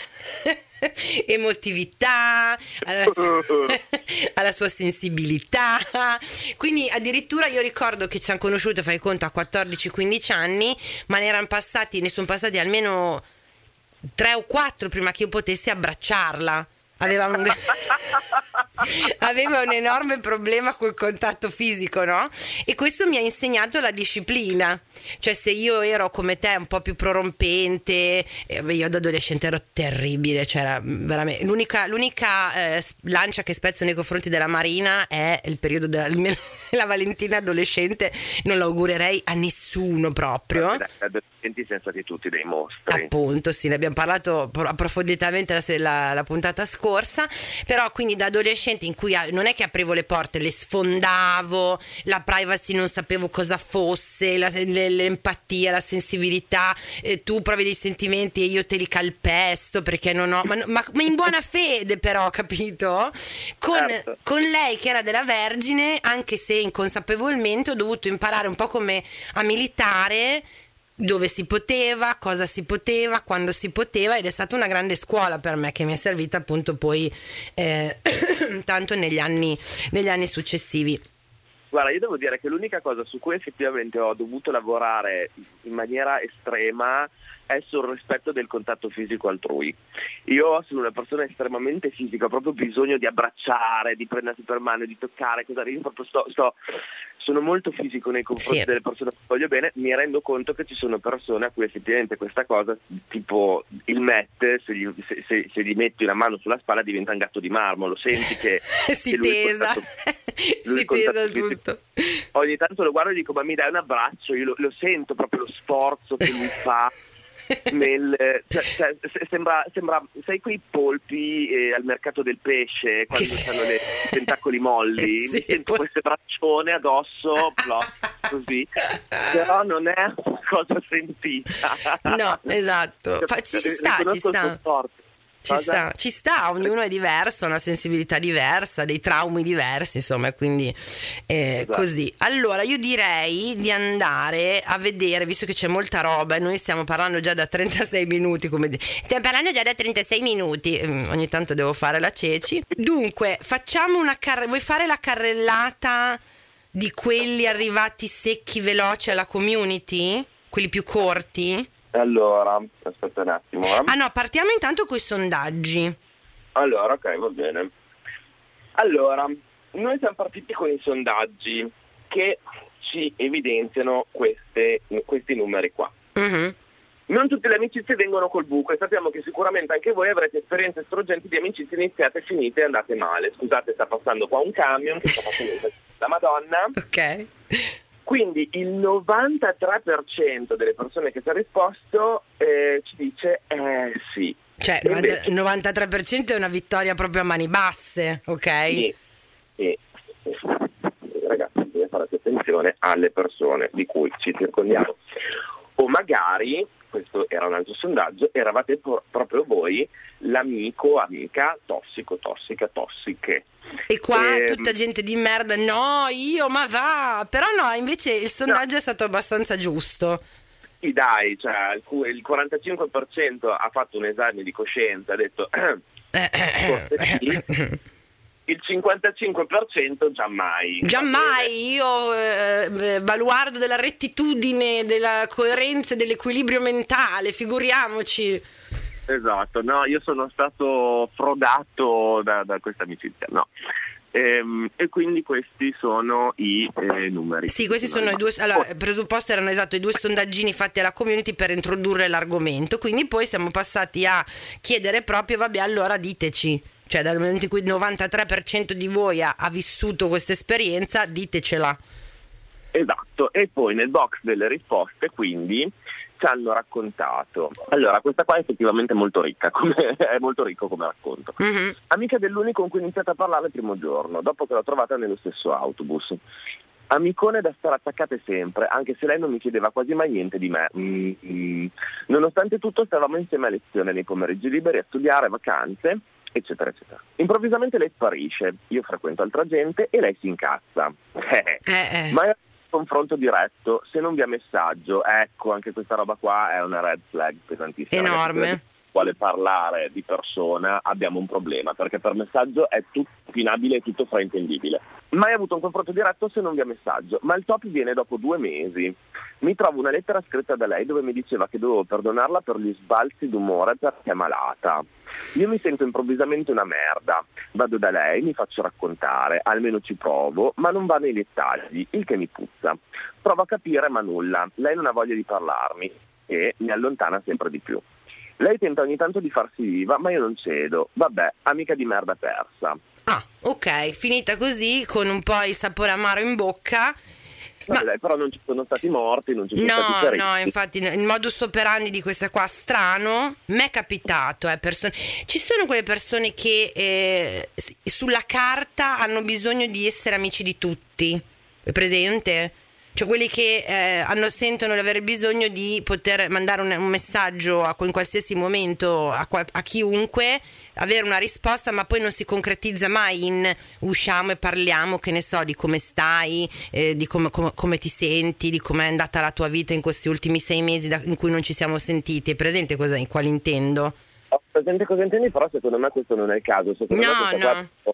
emotività, alla sua, alla sua sensibilità. Quindi addirittura io ricordo che ci siamo conosciute, fai conto, a quattordici quindici anni, ma ne erano passati, ne sono passati almeno tre o quattro prima che io potessi abbracciarla. Aveva un aveva un enorme problema col contatto fisico, no? E questo mi ha insegnato la disciplina. Cioè, se io ero come te un po' più prorompente, eh, io da adolescente ero terribile, cioè era veramente l'unica, l'unica eh, lancia che spezzo nei confronti della Marina è il periodo della la Valentina adolescente, non lo augurerei a nessuno proprio.
Gli adolescenti siamo stati tutti dei mostri.
Appunto, sì, ne abbiamo parlato approfonditamente la, la, la puntata scorsa, però quindi da adolescente in cui non è che aprivo le porte, le sfondavo, la privacy non sapevo cosa fosse, la, l'empatia, la sensibilità, eh, tu provi dei sentimenti e io te li calpesto perché non ho, ma, ma, ma in buona fede però, capito? Con,
certo.
con lei che era della Vergine, anche se inconsapevolmente ho dovuto imparare un po' come a militare, dove si poteva, cosa si poteva, quando si poteva, ed è stata una grande scuola per me che mi è servita appunto poi eh, tanto negli anni, negli anni successivi.
Guarda, io devo dire che l'unica cosa su cui effettivamente ho dovuto lavorare in maniera estrema è sul rispetto del contatto fisico altrui. Io sono una persona estremamente fisica, ho proprio bisogno di abbracciare, di prendersi per mano, di toccare, cosa io proprio sto, sto sono molto fisico nei confronti sì. delle persone che voglio bene. Mi rendo conto che ci sono persone a cui effettivamente questa cosa, tipo il Met, se gli, se, se, se gli metti una mano sulla spalla diventa un gatto di marmo, lo senti che
si
che lui
tesa
contatto,
si tesa tutto.
Ogni tanto lo guardo e dico: ma mi dai un abbraccio? Io lo, lo sento proprio lo sforzo che lui fa. Nel, cioè, cioè, sembra, sembra sai quei polpi eh, al mercato del pesce quando
sì.
hanno le tentacoli molli,
sì,
mi sento
poi...
queste braccione addosso plop, così, però non è una cosa sentita.
No, esatto. Fa, ci sta, ci sta. Ci sta, ci sta, ognuno è diverso, ha una sensibilità diversa, dei traumi diversi, insomma, quindi eh, esatto. Così. Allora io direi di andare a vedere, visto che c'è molta roba e noi stiamo parlando già da trentasei minuti, come dire, stiamo parlando già da trentasei minuti, ogni tanto devo fare la ceci. Dunque, facciamo una carre- vuoi fare la carrellata di quelli arrivati secchi veloci alla community? Quelli più corti?
Allora, aspetta un attimo. Eh.
Ah no, partiamo intanto con i sondaggi.
Allora, ok, va bene. Allora, noi siamo partiti con i sondaggi che ci evidenziano queste, questi numeri qua. Uh-huh. Non tutte le amicizie vengono col buco e sappiamo che sicuramente anche voi avrete esperienze struggenti di amicizie iniziate, finite e andate male. Scusate, sta passando qua un camion che sta passando la Madonna.
Ok.
Quindi il novantatré per cento delle persone che ci ha risposto eh, ci dice eh sì.
Cioè invece, il novantatré per cento è una vittoria proprio a mani basse, ok?
Sì, sì. Ragazzi, bisogna fare attenzione alle persone di cui ci circondiamo. O magari, questo era un altro sondaggio, eravate por- proprio voi l'amico o amica tossico, tossica, tossiche.
E qua
eh,
tutta gente di merda, no, io, ma va! Però no, invece il sondaggio no. è stato abbastanza giusto.
Sì, dai, cioè il quarantacinque per cento ha fatto un esame di coscienza, ha detto forse sì. Il cinquantacinque per cento giammai.
Giammai, io eh, baluardo della rettitudine, della coerenza e dell'equilibrio mentale, figuriamoci.
Esatto, no, io sono stato frodato da, da questa amicizia, no. Ehm, e quindi questi sono i eh, numeri.
Sì, questi sono i due. Allora, il presupposto erano esatto i due sondaggini fatti alla community per introdurre l'argomento. Quindi poi siamo passati a chiedere proprio, vabbè, allora diteci. Cioè, dal momento in cui il novantatré per cento di voi ha, ha vissuto questa esperienza, ditecela.
Esatto, e poi nel box delle risposte, quindi, ci hanno raccontato. Allora, questa qua è effettivamente molto ricca, come, è molto ricco come racconto. Mm-hmm. Amica dell'unico con cui ho iniziato a parlare il primo giorno, dopo che l'ho trovata nello stesso autobus. Amicone da stare attaccate sempre, anche se lei non mi chiedeva quasi mai niente di me. Mm-hmm. Nonostante tutto, stavamo insieme a lezione nei pomeriggi liberi, a studiare, vacanze, eccetera eccetera. Improvvisamente lei sparisce, io frequento altra gente e lei si incazza. Eh, eh. Ma è un confronto diretto, se non via messaggio, ecco, anche questa roba qua è una red flag pesantissima.
Enorme.
vuole parlare di persona abbiamo un problema, perché per messaggio è tutto opinabile e tutto fraintendibile. Mai avuto un confronto diretto se non via messaggio, ma il top viene dopo due mesi. Mi trovo una lettera scritta da lei dove mi diceva che dovevo perdonarla per gli sbalzi d'umore perché è malata. Io mi sento improvvisamente una merda, vado da lei, mi faccio raccontare, almeno ci provo, ma non va nei dettagli, il che mi puzza. Provo a capire ma nulla, lei non ha voglia di parlarmi e mi allontana sempre di più. Lei tenta ogni tanto di farsi viva, ma io non cedo. Vabbè, amica di merda persa.
Ah, ok, finita così, con un po' il sapore amaro in bocca.
Ma... Lei, però non ci sono stati morti, non ci sono
no,
stati feriti.
No, infatti il modus operandi di questa qua strano. Mi è capitato, eh, persone... Ci sono quelle persone che eh, sulla carta hanno bisogno di essere amici di tutti. È presente? Cioè quelli che eh, hanno, sentono di avere bisogno di poter mandare un, un messaggio a, in qualsiasi momento a, a chiunque, avere una risposta, ma poi non si concretizza mai in usciamo e parliamo, che ne so, di come stai, eh, di come, come, come ti senti, di come è andata la tua vita in questi ultimi sei mesi da, in cui non ci siamo sentiti. È presente cosa, in quale intendo?
Ho presente cosa intendi, però secondo me questo non è il caso. Secondo
no,
me
no.
Qua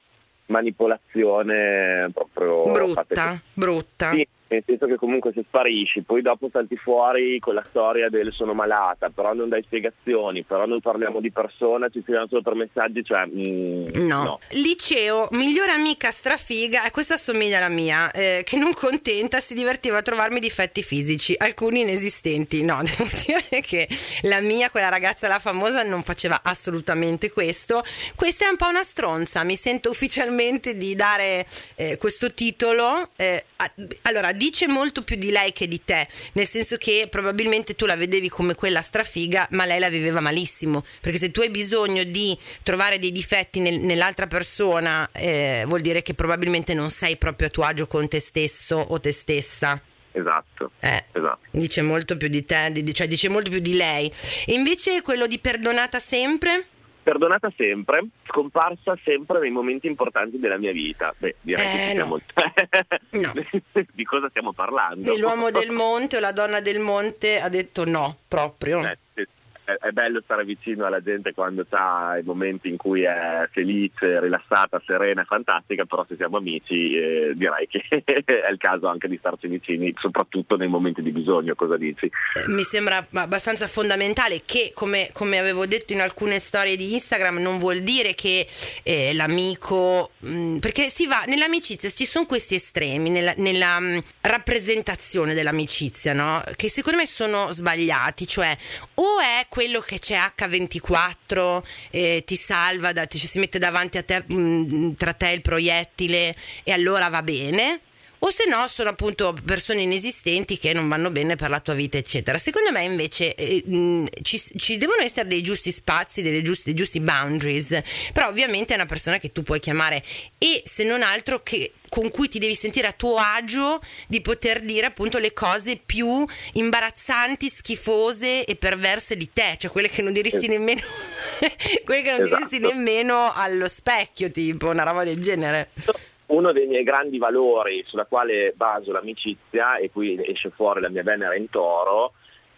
manipolazione proprio
brutta,
fatte...
brutta.
Sì. Nel senso che comunque se sparisci, poi dopo salti fuori con la storia del sono malata, però non dai spiegazioni, però non parliamo di persona, ci scriviamo solo per messaggi, cioè mm,
no.
no.
Liceo, migliore amica strafiga, e questa assomiglia alla mia, eh, che non contenta si divertiva a trovarmi difetti fisici, alcuni inesistenti. No, devo dire che la mia, quella ragazza la famosa, non faceva assolutamente questo. Questa è un po' una stronza, mi sento ufficialmente di dare eh, questo titolo. Eh, a, allora dice molto più di lei che di te, nel senso che probabilmente tu la vedevi come quella strafiga, ma lei la viveva malissimo, perché se tu hai bisogno di trovare dei difetti nel, nell'altra persona, eh, vuol dire che probabilmente non sei proprio a tuo agio con te stesso o te stessa.
Esatto,
eh,
esatto.
Dice molto più di te, di, cioè dice molto più di lei. E invece quello di perdonata sempre?
Perdonata sempre, scomparsa sempre nei momenti importanti della mia vita. Beh, direi
eh,
che
no.
siamo... no. Di cosa stiamo parlando?
E l'uomo del monte o la donna del monte ha detto no, proprio.
Eh, sì. È bello stare vicino alla gente quando c'ha i momenti in cui è felice, rilassata, serena, fantastica, però se siamo amici eh, direi che è il caso anche di starci vicini, soprattutto nei momenti di bisogno. Cosa dici?
Mi sembra abbastanza fondamentale, che come, come avevo detto in alcune storie di Instagram, non vuol dire che eh, l'amico, mh, perché si va nell'amicizia, ci sono questi estremi nella, nella mh, rappresentazione dell'amicizia, no? Che secondo me sono sbagliati, cioè o è quello che c'è acca ventiquattro, eh, ti salva, da, ti, si mette davanti a te, mh, tra te il proiettile, e allora va bene, o se no sono appunto persone inesistenti che non vanno bene per la tua vita, eccetera. Secondo me invece eh, mh, ci, ci devono essere dei giusti spazi, delle giusti, dei giusti boundaries, però ovviamente è una persona che tu puoi chiamare, e se non altro che con cui ti devi sentire a tuo agio di poter dire appunto le cose più imbarazzanti, schifose e perverse di te, cioè quelle che non diresti nemmeno quelle che non
esatto.
diresti nemmeno allo specchio, tipo una roba del genere.
Uno dei miei grandi valori sulla quale baso l'amicizia, e qui esce fuori la mia Venere in Toro,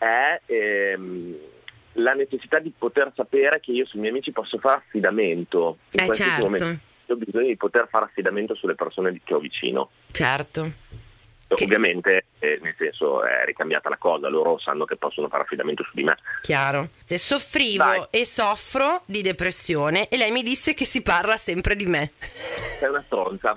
è ehm, la necessità di poter sapere che io sui miei amici posso fare affidamento in
eh
qualsiasi
certo.
momento. Io ho bisogno di poter fare affidamento sulle persone che ho vicino.
Certo.
Ovviamente, eh, nel senso, è ricambiata la cosa, loro sanno che possono fare affidamento su di me.
Chiaro. Se soffrivo
Dai.
e soffro di depressione, e lei mi disse che si parla sempre di me.
Sei una stronza.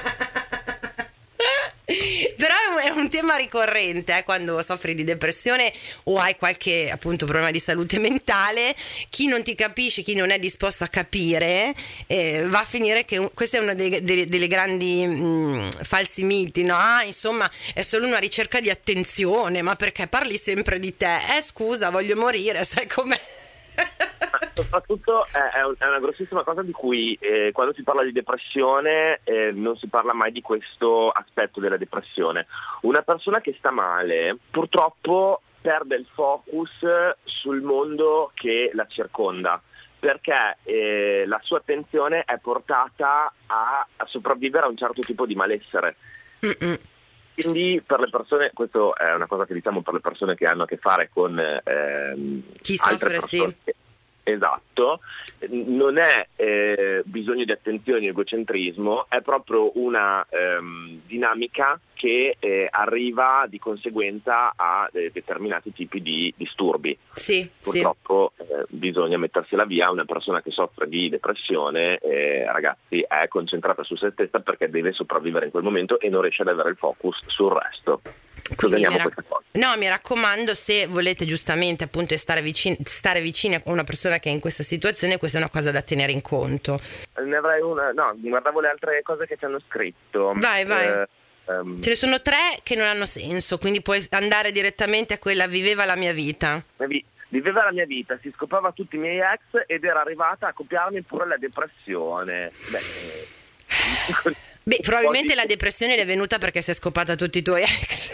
Però è un tema ricorrente, eh, quando soffri di depressione o hai qualche appunto problema di salute mentale, chi non ti capisce, chi non è disposto a capire, eh, va a finire che un, questa è una dei, delle, delle grandi mh, falsi miti, no? Ah, insomma, è solo una ricerca di attenzione, ma perché parli sempre di te? Eh scusa, voglio morire, sai com'è?
Soprattutto è, è una grossissima cosa di cui eh, quando si parla di depressione eh, non si parla mai di questo aspetto della depressione. Una persona che sta male purtroppo perde il focus sul mondo che la circonda, perché eh, la sua attenzione è portata a, a sopravvivere a un certo tipo di malessere. Mm-mm. Quindi per le persone, questo è una cosa che diciamo per le persone che hanno a che fare con ehm,
chi
altre
soffre,
persone,
sì.
Esatto, non è eh, bisogno di attenzione o egocentrismo, è proprio una ehm, dinamica che eh, arriva di conseguenza a eh, determinati tipi di disturbi.
Sì,
Purtroppo
sì.
Eh, bisogna mettersela via. Una persona che soffre di depressione, eh, ragazzi, è concentrata su se stessa perché deve sopravvivere in quel momento e non riesce ad avere il focus sul resto.
Quindi mi, rac- no, mi raccomando, se volete giustamente appunto stare vicini, stare vicini a una persona che è in questa situazione, questa è una cosa da tenere in conto.
Ne avrei una, no, guardavo le altre cose che ci hanno scritto.
Vai, vai.
Eh, um...
Ce ne sono tre che non hanno senso, quindi puoi andare direttamente a quella viveva la mia vita.
Viveva la mia vita, si scopava tutti i miei ex ed era arrivata a copiarmi pure la depressione. Beh,
Beh, probabilmente la depressione le è venuta perché si è scopata tutti i tuoi ex.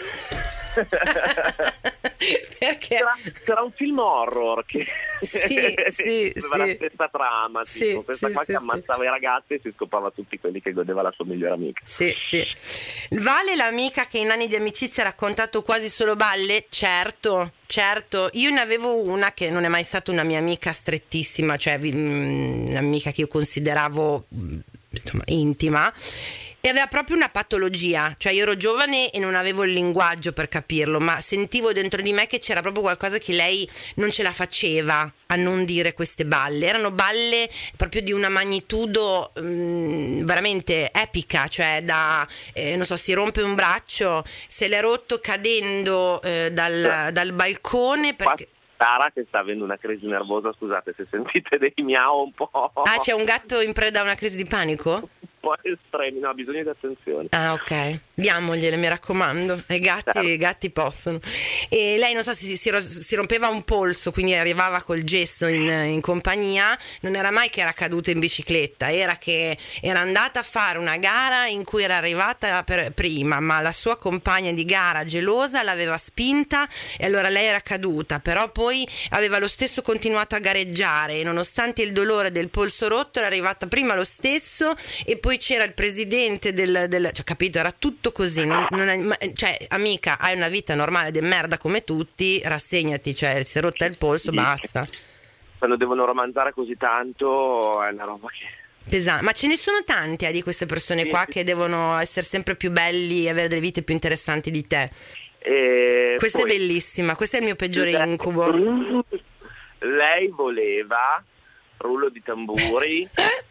Perché
c'era, c'era un film horror che
sì, sì,
aveva
sì.
la stessa trama,
sì,
tipo questa
sì,
qua
sì,
che ammazzava
sì.
i ragazzi e si scopava tutti quelli che godeva la sua migliore amica.
Sì, sì. Vale l'amica che in anni di amicizia ha raccontato quasi solo balle? Certo, certo. Io ne avevo una che non è mai stata una mia amica strettissima, cioè un'amica che io consideravo insomma intima. E aveva proprio una patologia, cioè io ero giovane e non avevo il linguaggio per capirlo, ma sentivo dentro di me che c'era proprio qualcosa che lei non ce la faceva a non dire queste balle. Erano balle proprio di una magnitudo mh, veramente epica, cioè da, eh, non so, si rompe un braccio, se l'è rotto cadendo eh, dal, dal balcone perché...
Sara che sta avendo una crisi nervosa, scusate se sentite dei miau un po'.
Ah, c'è un gatto in preda a una crisi di panico?
Un po' estremi, no, ha bisogno di attenzione.
Ah, ok, diamogliele, mi raccomando, i gatti,
certo.
i gatti possono. E lei, non so, si, si, si rompeva un polso, quindi arrivava col gesso in, in compagnia. Non era mai che era caduta in bicicletta, era che era andata a fare una gara in cui era arrivata per prima, ma la sua compagna di gara gelosa l'aveva spinta e allora lei era caduta, però poi aveva lo stesso continuato a gareggiare e nonostante il dolore del polso rotto era arrivata prima lo stesso. E poi c'era il presidente del, del cioè, capito, era tutto così, non, non è, ma, cioè amica, hai una vita normale di merda come tutti, rassegnati, cioè si è rotta il polso,
sì.
Basta.
Quando devono romanzare così tanto è una roba che
pesante. Ma ce ne sono tanti eh, di queste persone
sì,
qua
sì.
che devono essere sempre più belli e avere delle vite più interessanti di te.
E
questa
poi,
è bellissima, questo è il mio peggiore
lei,
incubo.
Lei voleva rullo di tamburi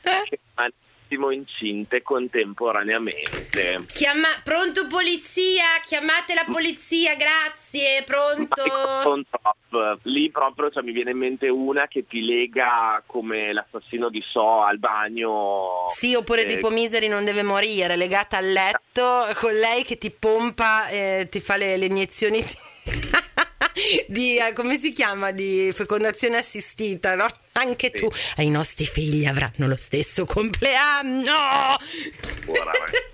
incinte contemporaneamente.
Chiama pronto polizia, chiamate la polizia, grazie, pronto.
Lì proprio cioè, mi viene in mente una che ti lega come l'assassino di So al bagno.
Sì, oppure
eh,
tipo Misery non deve morire, legata al letto con lei che ti pompa, eh, ti fa le, le iniezioni di... di eh, come si chiama, di fecondazione assistita, no? Anche sì. Tu, i nostri figli avranno lo stesso compleanno.
Buona,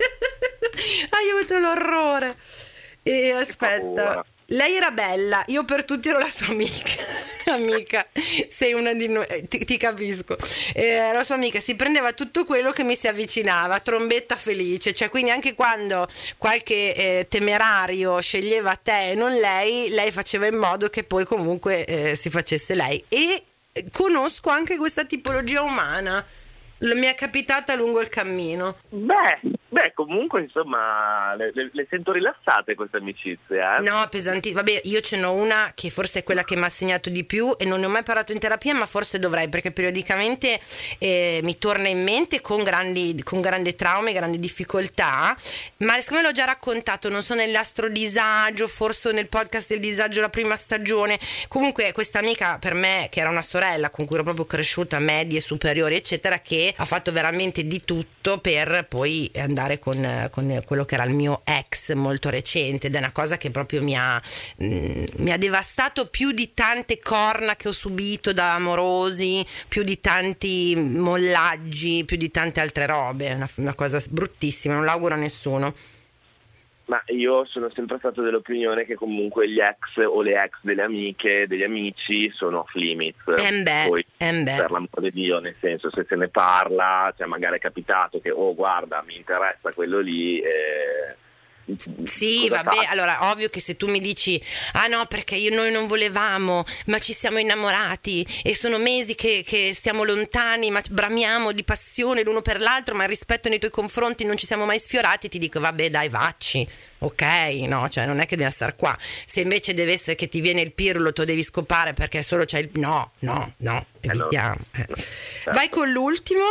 hai avuto l'orrore. E aspetta, lei era bella, io per tutti ero la sua amica. Amica, sei una di noi, ti, ti capisco. Eh, la sua amica si prendeva tutto quello che mi si avvicinava, trombetta felice, cioè quindi anche quando qualche eh, temerario sceglieva te e non lei, lei faceva in modo che poi comunque eh, si facesse lei. E conosco anche questa tipologia umana, mi è capitata lungo il cammino.
Beh, beh comunque insomma le, le, le sento rilassate queste amicizie, eh?
No, pesanti. Vabbè, io ce n'ho una che forse è quella che mi ha segnato di più e non ne ho mai parlato in terapia, ma forse dovrei, perché periodicamente eh, mi torna in mente con grandi con grande trauma e grandi difficoltà, ma siccome l'ho già raccontato, non so, nell'astrodisagio, forse nel podcast del disagio la prima stagione. Comunque questa amica per me, che era una sorella con cui ero proprio cresciuta, medie, superiori eccetera, che ha fatto veramente di tutto per poi andare con, con quello che era il mio ex molto recente, ed è una cosa che proprio mi ha, mh, mi ha devastato più di tante corna che ho subito da amorosi, più di tanti mollaggi, più di tante altre robe. Una, una cosa bruttissima, non l'auguro a nessuno.
Ma io sono sempre stato dell'opinione che comunque gli ex o le ex delle amiche, degli amici sono off limits.
Embè,
Poi,
embè.
per l'amor di Dio, nel senso, se se ne parla, cioè magari è capitato che, oh guarda, mi interessa quello lì, eh,
Sì,
cosa
vabbè,
fa?
allora ovvio che se tu mi dici ah no perché io, noi non volevamo ma ci siamo innamorati e sono mesi che, che stiamo lontani ma bramiamo di passione l'uno per l'altro ma il rispetto nei tuoi confronti non ci siamo mai sfiorati, ti dico vabbè dai vacci, ok, no, cioè non è che devi stare qua. Se invece deve essere che ti viene il pirlo, tu devi scopare perché solo c'è il no, no, no, evitiamo. Eh.
No, certo.
Vai con l'ultimo.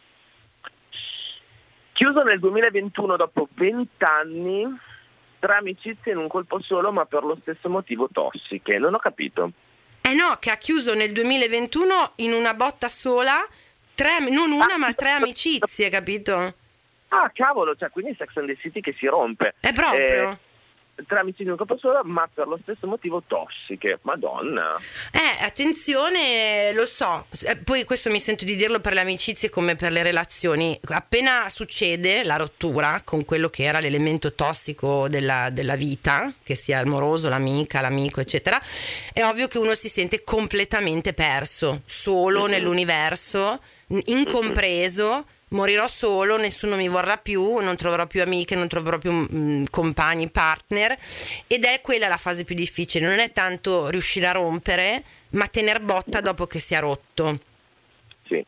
Chiuso nel duemilaventuno dopo vent'anni, tre amicizie in un colpo solo ma per lo stesso motivo tossiche. Non ho capito.
Eh no, che ha chiuso nel duemilaventuno in una botta sola, tre, non una
Ah,
ma tre amicizie, capito?
Ah, cavolo, cioè quindi Sex and the City che si rompe.
È proprio.
Eh, tre amicizie in un colpo solo ma per lo stesso motivo tossiche. Madonna.
Eh, attenzione, lo so, eh, poi questo mi sento di dirlo per le amicizie come per le relazioni, appena succede la rottura con quello che era l'elemento tossico della, della vita, che sia il moroso, l'amica, l'amico, eccetera, è ovvio che uno si sente completamente perso, solo
Mm-hmm.
nell'universo, incompreso. Morirò solo, nessuno mi vorrà più, non troverò più amiche, non troverò più mh, compagni, partner, ed è quella la fase più difficile, non è tanto riuscire a rompere, ma tener botta dopo che si è rotto.
Sì.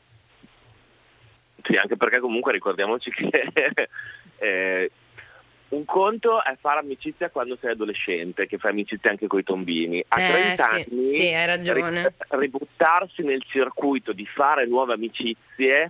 Sì, anche perché comunque ricordiamoci che eh, un conto è fare amicizia quando sei adolescente, che fai amicizia anche coi tombini. A
Eh,
trenta
sì,
anni
sì, hai ragione.
ri- ributtarsi nel circuito di fare nuove amicizie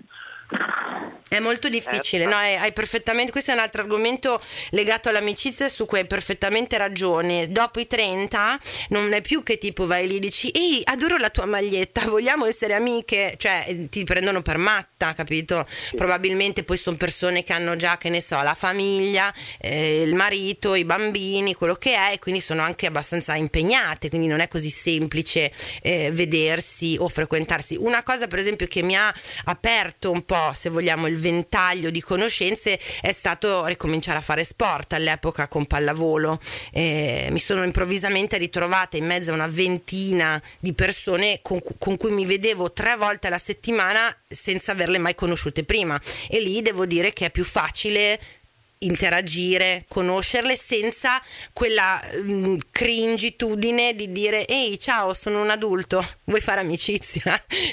È molto difficile,
Eh,
no? Hai, hai perfettamente, questo è un altro argomento legato all'amicizia su cui hai perfettamente ragione. Dopo i trenta non è più che tipo vai lì e dici ehi, adoro la tua maglietta, vogliamo essere amiche? Cioè eh, ti prendono per matta, capito? Probabilmente poi sono persone che hanno già, che ne so, la famiglia, eh, il marito, i bambini, quello che è, e quindi sono anche abbastanza impegnate, quindi non è così semplice eh, vedersi o frequentarsi. Una cosa per esempio che mi ha aperto un po', se vogliamo, il ventaglio di conoscenze è stato ricominciare a fare sport all'epoca con pallavolo. Eh, mi sono improvvisamente ritrovata in mezzo a una ventina di persone con, con cui mi vedevo tre volte alla settimana senza averle mai conosciute prima, e lì devo dire che è più facile interagire, conoscerle senza quella um, cringitudine di dire ehi ciao sono un adulto, vuoi fare amicizia?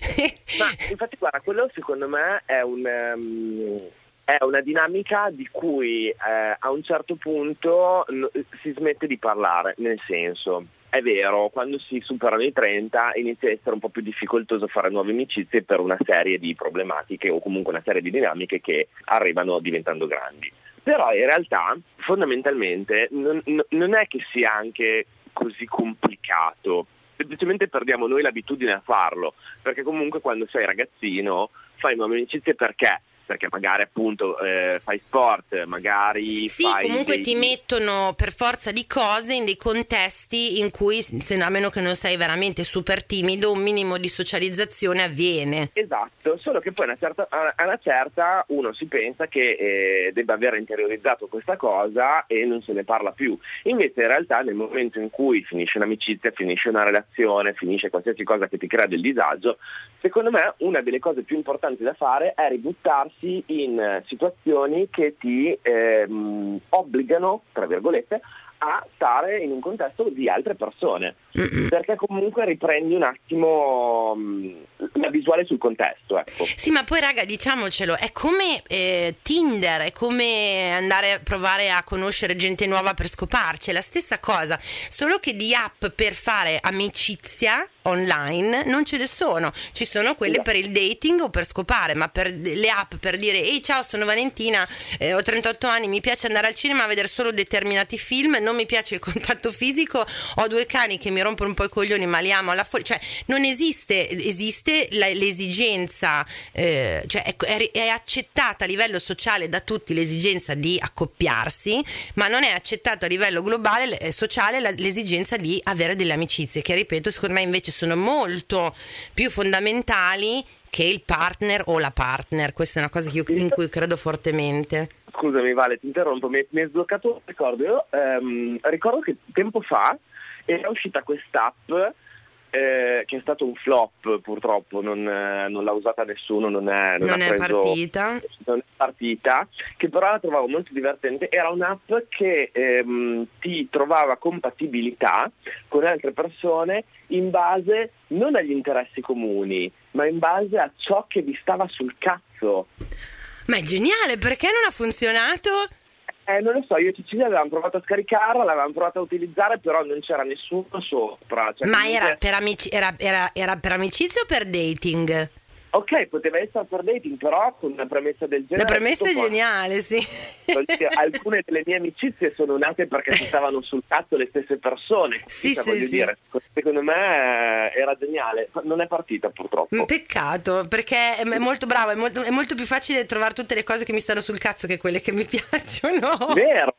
Ma infatti guarda, quello secondo me è un um, è una dinamica di cui eh, a un certo punto no, si smette di parlare, nel senso, è vero, quando si superano i trenta inizia a essere un po' più difficoltoso fare nuove amicizie per una serie di problematiche o comunque una serie di dinamiche che arrivano diventando grandi. Però in realtà fondamentalmente non, non è che sia anche così complicato, semplicemente perdiamo noi l'abitudine a farlo, perché comunque quando sei ragazzino fai nuove amicizie perché? Perché magari appunto eh, fai sport, magari
sì,
fai
comunque
dei...
ti mettono per forza di cose in dei contesti in cui, se a meno che non sei veramente super timido, un minimo di socializzazione avviene.
Esatto, solo che poi a una certa, a una certa uno si pensa che eh, debba aver interiorizzato questa cosa e non se ne parla più. Invece in realtà nel momento in cui finisce un'amicizia, finisce una relazione, finisce qualsiasi cosa che ti crea del disagio, secondo me una delle cose più importanti da fare è ributtarsi in situazioni che ti ehm, obbligano, tra virgolette, a stare in un contesto di altre persone, Mm-mm. perché comunque riprendi un attimo mh, la visuale sul contesto, ecco.
Sì, ma poi raga, diciamocelo, è come eh, Tinder, è come andare a provare a conoscere gente nuova per scoparci, è la stessa cosa, solo che di app per fare amicizia online non ce ne sono, ci sono quelle
no.
per il dating o per scopare, ma per le app per dire ehi ciao sono Valentina, eh, ho trentotto anni, mi piace andare al cinema a vedere solo determinati film, non mi piace il contatto fisico, ho due cani che mi rompono un po' i coglioni ma li amo alla follia, cioè non esiste, esiste la, l'esigenza, eh, cioè è, è, è accettata a livello sociale da tutti l'esigenza di accoppiarsi, ma non è accettato a livello globale eh, sociale la, l'esigenza di avere delle amicizie, che ripeto secondo me invece sono molto più fondamentali che il partner o la partner. Questa è una cosa che io, in cui credo fortemente.
Scusami Vale, ti interrompo, mi, mi è sbloccato un ricordo. Io ehm, ricordo che tempo fa era uscita quest'app eh, che è stato un flop purtroppo, non, eh, non l'ha usata nessuno, non è, non
non
ha
è
preso,
partita.
non è partita, che però la trovavo molto divertente. Era un'app che ehm, ti trovava compatibilità con altre persone in base non agli interessi comuni, ma in base a ciò che vi stava sul cazzo.
Ma è geniale, perché non ha funzionato?
Eh, non lo so, io e Cecilia avevamo provato a scaricarla, l'avevamo provato a utilizzare, però non c'era nessuno sopra. Cioè,
Ma
comunque...
era per amici- era, era, era per amicizia o per dating?
Ok, poteva essere per dating, però con una premessa del genere.
La premessa è
tutto
geniale, sì.
qua. Alcune delle mie amicizie sono nate perché si stavano sul cazzo le stesse persone.
Sì,
cioè,
sì,
voglio
sì.
dire, secondo me era geniale. Non è partita purtroppo.
Un peccato, perché è molto bravo, è molto, è molto più facile trovare tutte le cose che mi stanno sul cazzo che quelle che mi piacciono.
Vero?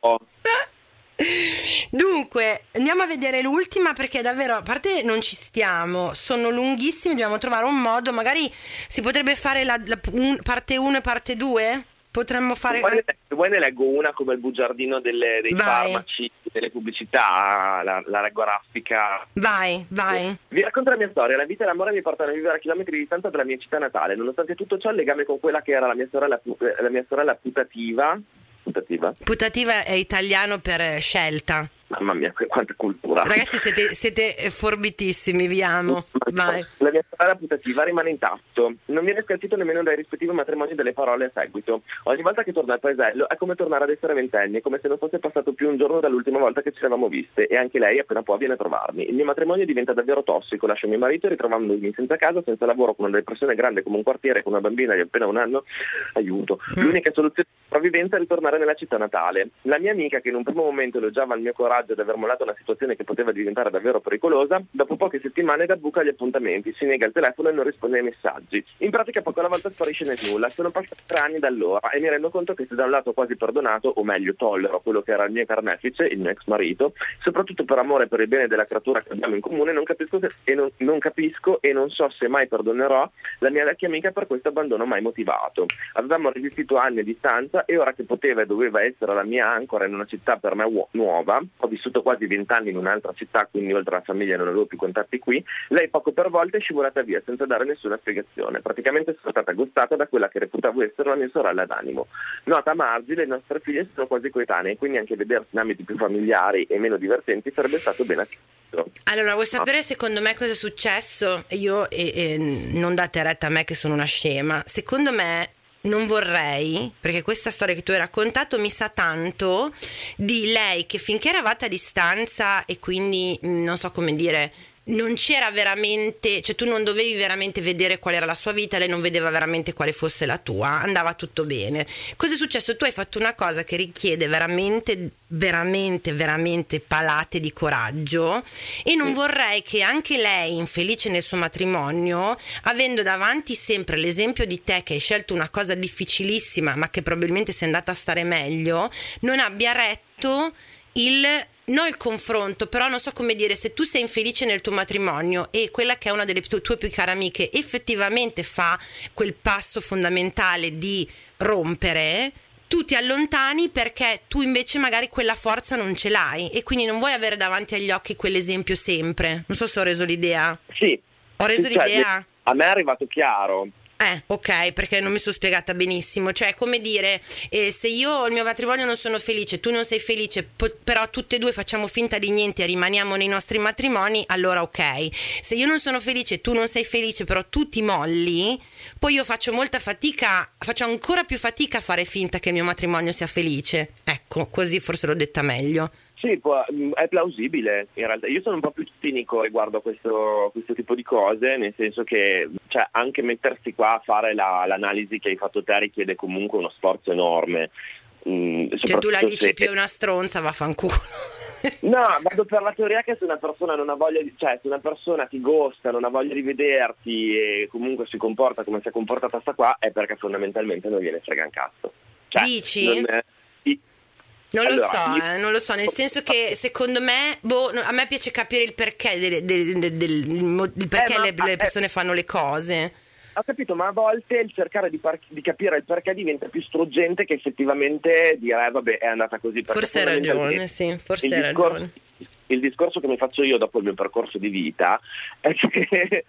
Dunque, andiamo a vedere l'ultima, perché davvero, a parte non ci stiamo, sono lunghissimi, dobbiamo trovare un modo, magari si potrebbe fare la, la un, parte uno e parte due? Potremmo fare...
Vuoi ne, vuoi ne leggo una come il bugiardino delle, dei
Vai.
farmaci, delle pubblicità, la, la grafica.
Vai, vai.
Vi racconto la mia storia. La vita e l'amore mi portano a vivere a chilometri di distanza dalla mia città natale. Nonostante tutto ciò, il legame con quella che era la mia sorella, la mia sorella putativa. Putativa?
Putativa è italiano per scelta.
Mamma mia, quanta cultura.
Ragazzi, siete, siete forbitissimi, vi amo. Vai.
La mia sorella putativa rimane intatto. Non viene scalfito nemmeno dai rispettivi matrimoni delle parole a seguito. Ogni volta che torna al paesello è come tornare ad essere ventenni, è come se non fosse passato più un giorno dall'ultima volta che ci eravamo viste, e anche lei appena può viene a trovarmi. Il mio matrimonio diventa davvero tossico, lascio mio marito ritrovandomi senza casa, senza lavoro, con una depressione grande come un quartiere, con una bambina di appena un anno. Aiuto. L'unica soluzione di sopravvivenza è ritornare nella città natale. La mia amica, che in un primo momento elogiava il mio coraggio di aver mollato una situazione che poteva diventare davvero pericolosa, dopo poche settimane da buca gli appuntamenti, si nega al telefono e non risponde ai messaggi. In pratica poco alla volta sparisce nel nulla. Sono passati tre anni da allora e mi rendo conto che se da un lato ho quasi perdonato, o meglio tollero quello che era il mio carnefice, il mio ex marito, soprattutto per amore per il bene della creatura che abbiamo in comune, non capisco se, e non, non capisco e non so se mai perdonerò la mia vecchia amica per questo abbandono mai motivato. Avevamo resistito anni a distanza e ora che poteva e doveva essere la mia ancora in una città per me uo- nuova, ho vissuto quasi vent'anni in un'altra città, quindi oltre alla famiglia non avevo più contatti qui, lei poco per volta è scivolata via senza dare nessuna spiegazione. Praticamente sono stata gustata da quella che reputavo essere la mia sorella d'animo. Nota a margine, le nostre figlie sono quasi coetanee, quindi anche vedersi in ambiti più familiari e meno divertenti sarebbe stato ben accettato.
Allora, vuoi sapere secondo me cosa è successo? Io, e, e, non date retta a me che sono una scema, secondo me non vorrei, perché questa storia che tu hai raccontato mi sa tanto di lei che finché eravate a distanza e quindi non so come dire, non c'era veramente, cioè tu non dovevi veramente vedere qual era la sua vita, lei non vedeva veramente quale fosse la tua, andava tutto bene. Cosa è successo? Tu hai fatto una cosa che richiede veramente veramente veramente palate di coraggio, e non vorrei che anche lei, infelice nel suo matrimonio, avendo davanti sempre l'esempio di te che hai scelto una cosa difficilissima ma che probabilmente sei andata a stare meglio, non abbia retto il no il confronto, però non so come dire, se tu sei infelice nel tuo matrimonio e quella che è una delle tue, tue più care amiche effettivamente fa quel passo fondamentale di rompere, tu ti allontani perché tu invece magari quella forza non ce l'hai e quindi non vuoi avere davanti agli occhi quell'esempio sempre. Non so se ho reso l'idea.
Sì.
Ho reso
Cioè,
l'idea?
A me è arrivato chiaro.
Eh, ok, perché non mi sono spiegata benissimo. Cioè, come dire, eh, se io il mio matrimonio non sono felice, tu non sei felice, po- però tutte e due facciamo finta di niente e rimaniamo nei nostri matrimoni, allora ok. Se io non sono felice, tu non sei felice, però tu ti molli, poi io faccio molta fatica, faccio ancora più fatica a fare finta che il mio matrimonio sia felice. Ecco, così forse l'ho detta meglio.
Sì, può, è plausibile in realtà. Io sono un po' più cinico riguardo a questo, questo tipo di cose, nel senso che cioè, anche mettersi qua a fare la, l'analisi che hai fatto te richiede comunque uno sforzo enorme. Mm,
cioè tu la dici
se...
più una stronza, vaffanculo.
No, vado per la teoria che se una persona non ha voglia di, cioè se una persona ti ghosta, non ha voglia di vederti e comunque si comporta come si è comportata sta qua, è perché fondamentalmente non gliene frega un cazzo. Cioè,
dici?
Non è...
Non
allora,
lo so,
io...
eh, non lo so, nel senso che secondo me, boh, a me piace capire il perché, del, del, del, del, il perché
eh, ma,
le, le persone
eh,
fanno le cose.
Ho capito, ma a volte il cercare di, par- di capire il perché diventa più struggente che effettivamente dire, eh, vabbè, è andata così.
Forse hai ragione, sì, forse hai
discorso,
ragione.
il discorso che mi faccio io dopo il mio percorso di vita è che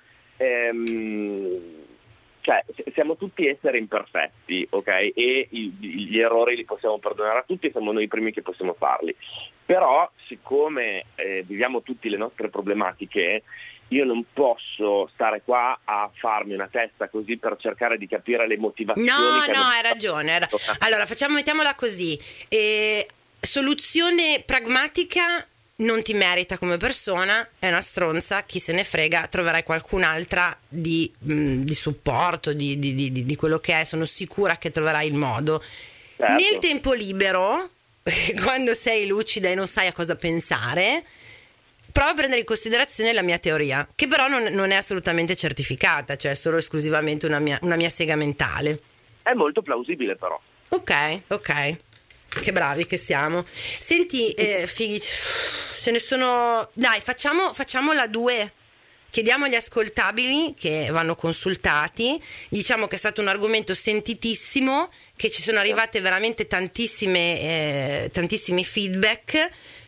ehm, cioè, siamo tutti esseri imperfetti, ok? E i, gli errori li possiamo perdonare a tutti e siamo noi i primi che possiamo farli. Però, siccome eh, viviamo tutti le nostre problematiche, io non posso stare qua a farmi una testa così per cercare di capire le motivazioni.
No,
che
no,
hanno...
hai ragione. Era... Allora, facciamo, mettiamola così. Eh, soluzione pragmatica: non ti merita come persona, è una stronza, chi se ne frega, troverai qualcun'altra di, mh, di supporto, di, di, di, di quello che è, sono sicura che troverai il modo.
Certo.
Nel tempo libero, quando sei lucida e non sai a cosa pensare, prova a prendere in considerazione la mia teoria, che però non, non è assolutamente certificata, cioè è solo esclusivamente una mia, una mia sega mentale.
È molto plausibile però.
Ok, ok. Che bravi che siamo. Senti, eh, fighi, ce ne sono... Dai, facciamo, facciamo la due. Chiediamo agli ascoltabili che vanno consultati. Diciamo che è stato un argomento sentitissimo, che ci sono arrivate veramente tantissime, eh, tantissimi feedback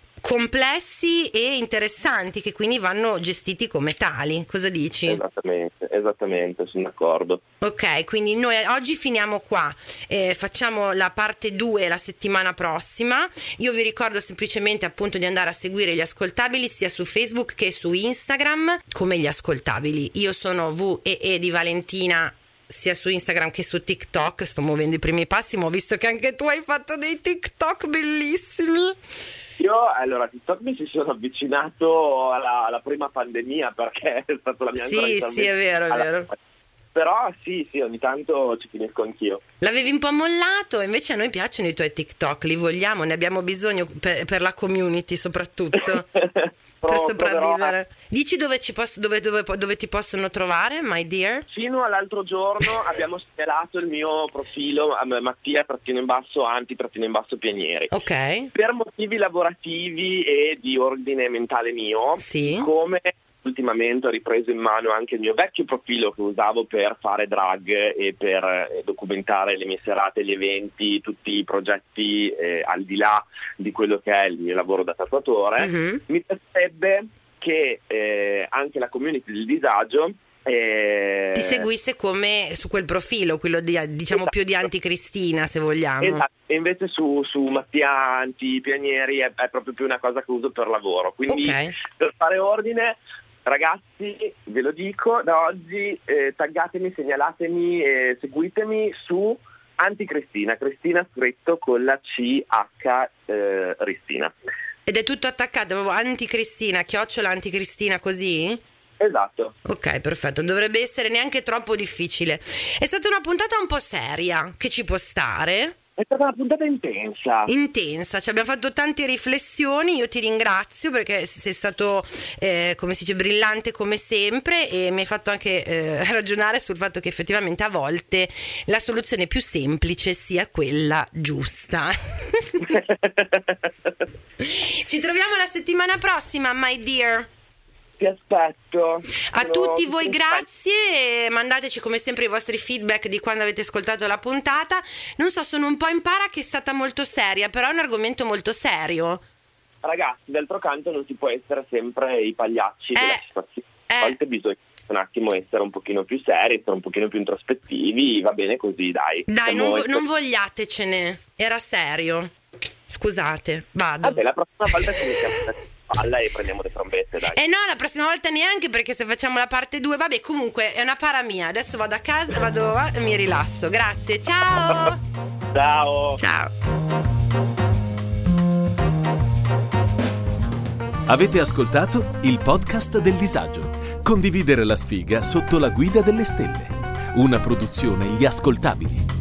complessi e interessanti, che quindi vanno gestiti come tali. Cosa dici?
Esattamente, esattamente, sono d'accordo.
Ok, quindi noi oggi finiamo qua, eh, facciamo la parte due la settimana prossima. Io vi ricordo semplicemente appunto di andare a seguire gli ascoltabili sia su Facebook che su Instagram come gli ascoltabili. Io sono V E E di Valentina sia su Instagram che su TikTok, sto muovendo i primi passi, ma ho visto che anche tu hai fatto dei TikTok bellissimi.
Io allora TikTok mi ci sono avvicinato alla, alla prima pandemia perché è stata la mia
Sì, sì, è vero, è
alla...
vero.
Però sì, sì, ogni tanto ci finisco anch'io.
L'avevi un po' mollato, invece a noi piacciono i tuoi TikTok, li vogliamo, ne abbiamo bisogno per, per la community soprattutto, per sopravvivere. Però... Dici dove, ci posso, dove, dove, dove ti possono trovare, my dear?
Fino all'altro giorno abbiamo segnalato il mio profilo Mattia trattino in basso Anti trattino in basso Pianieri.
Ok.
Per motivi lavorativi e di ordine mentale mio,
sì.
Come ultimamente ho ripreso in mano anche il mio vecchio profilo che usavo per fare drag e per documentare le mie serate, gli eventi, tutti i progetti eh, al di là di quello che è il mio lavoro da tatuatore, mm-hmm. Mi piacerebbe che eh, anche la community del disagio eh...
ti seguisse come su quel profilo, quello di, diciamo esatto. Più di Anticristina, se vogliamo.
Esatto, e invece su, su Mattia Anti Pianieri è, è proprio più una cosa che uso per lavoro, quindi okay. Per fare ordine, ragazzi, ve lo dico, da oggi eh, taggatemi, segnalatemi e seguitemi su Anticristina, Cristina scritto con la C H eh, Ristina. Ed
è tutto attaccato, proprio Anticristina, chiocciola Anticristina così?
Esatto.
Ok, perfetto, dovrebbe essere neanche troppo difficile. È stata una puntata un po' seria, che ci può stare.
È stata una puntata intensa.
Intensa, ci abbiamo fatto tante riflessioni, io ti ringrazio perché sei stato, eh, come si dice, brillante come sempre e mi hai fatto anche eh, ragionare sul fatto che effettivamente a volte la soluzione più semplice sia quella giusta. Ci troviamo la settimana prossima, my dear.
Ti aspetto.
A Sono tutti voi grazie, mandateci come sempre i vostri feedback di quando avete ascoltato la puntata. Non so, sono un po' in para che è stata molto seria, però è un argomento molto serio.
Ragazzi, d'altro canto non si può essere sempre i pagliacci
eh,
della situazione. A
eh.
volte bisogna un attimo essere un pochino più seri, essere un pochino più introspettivi, va bene così, dai.
Dai, non, vo- non vogliatecene, era serio. Scusate, vado.
Vabbè, la prossima volta ci mettiamo palla e prendiamo le trombette, dai.
Eh no, la prossima volta neanche, perché se facciamo la parte due, vabbè, comunque è una para mia. Adesso vado a casa, vado e mi rilasso. Grazie, ciao.
Ciao.
Ciao.
Avete ascoltato il podcast del disagio. Condividere la sfiga sotto la guida delle stelle. Una produzione Gli Ascoltabili.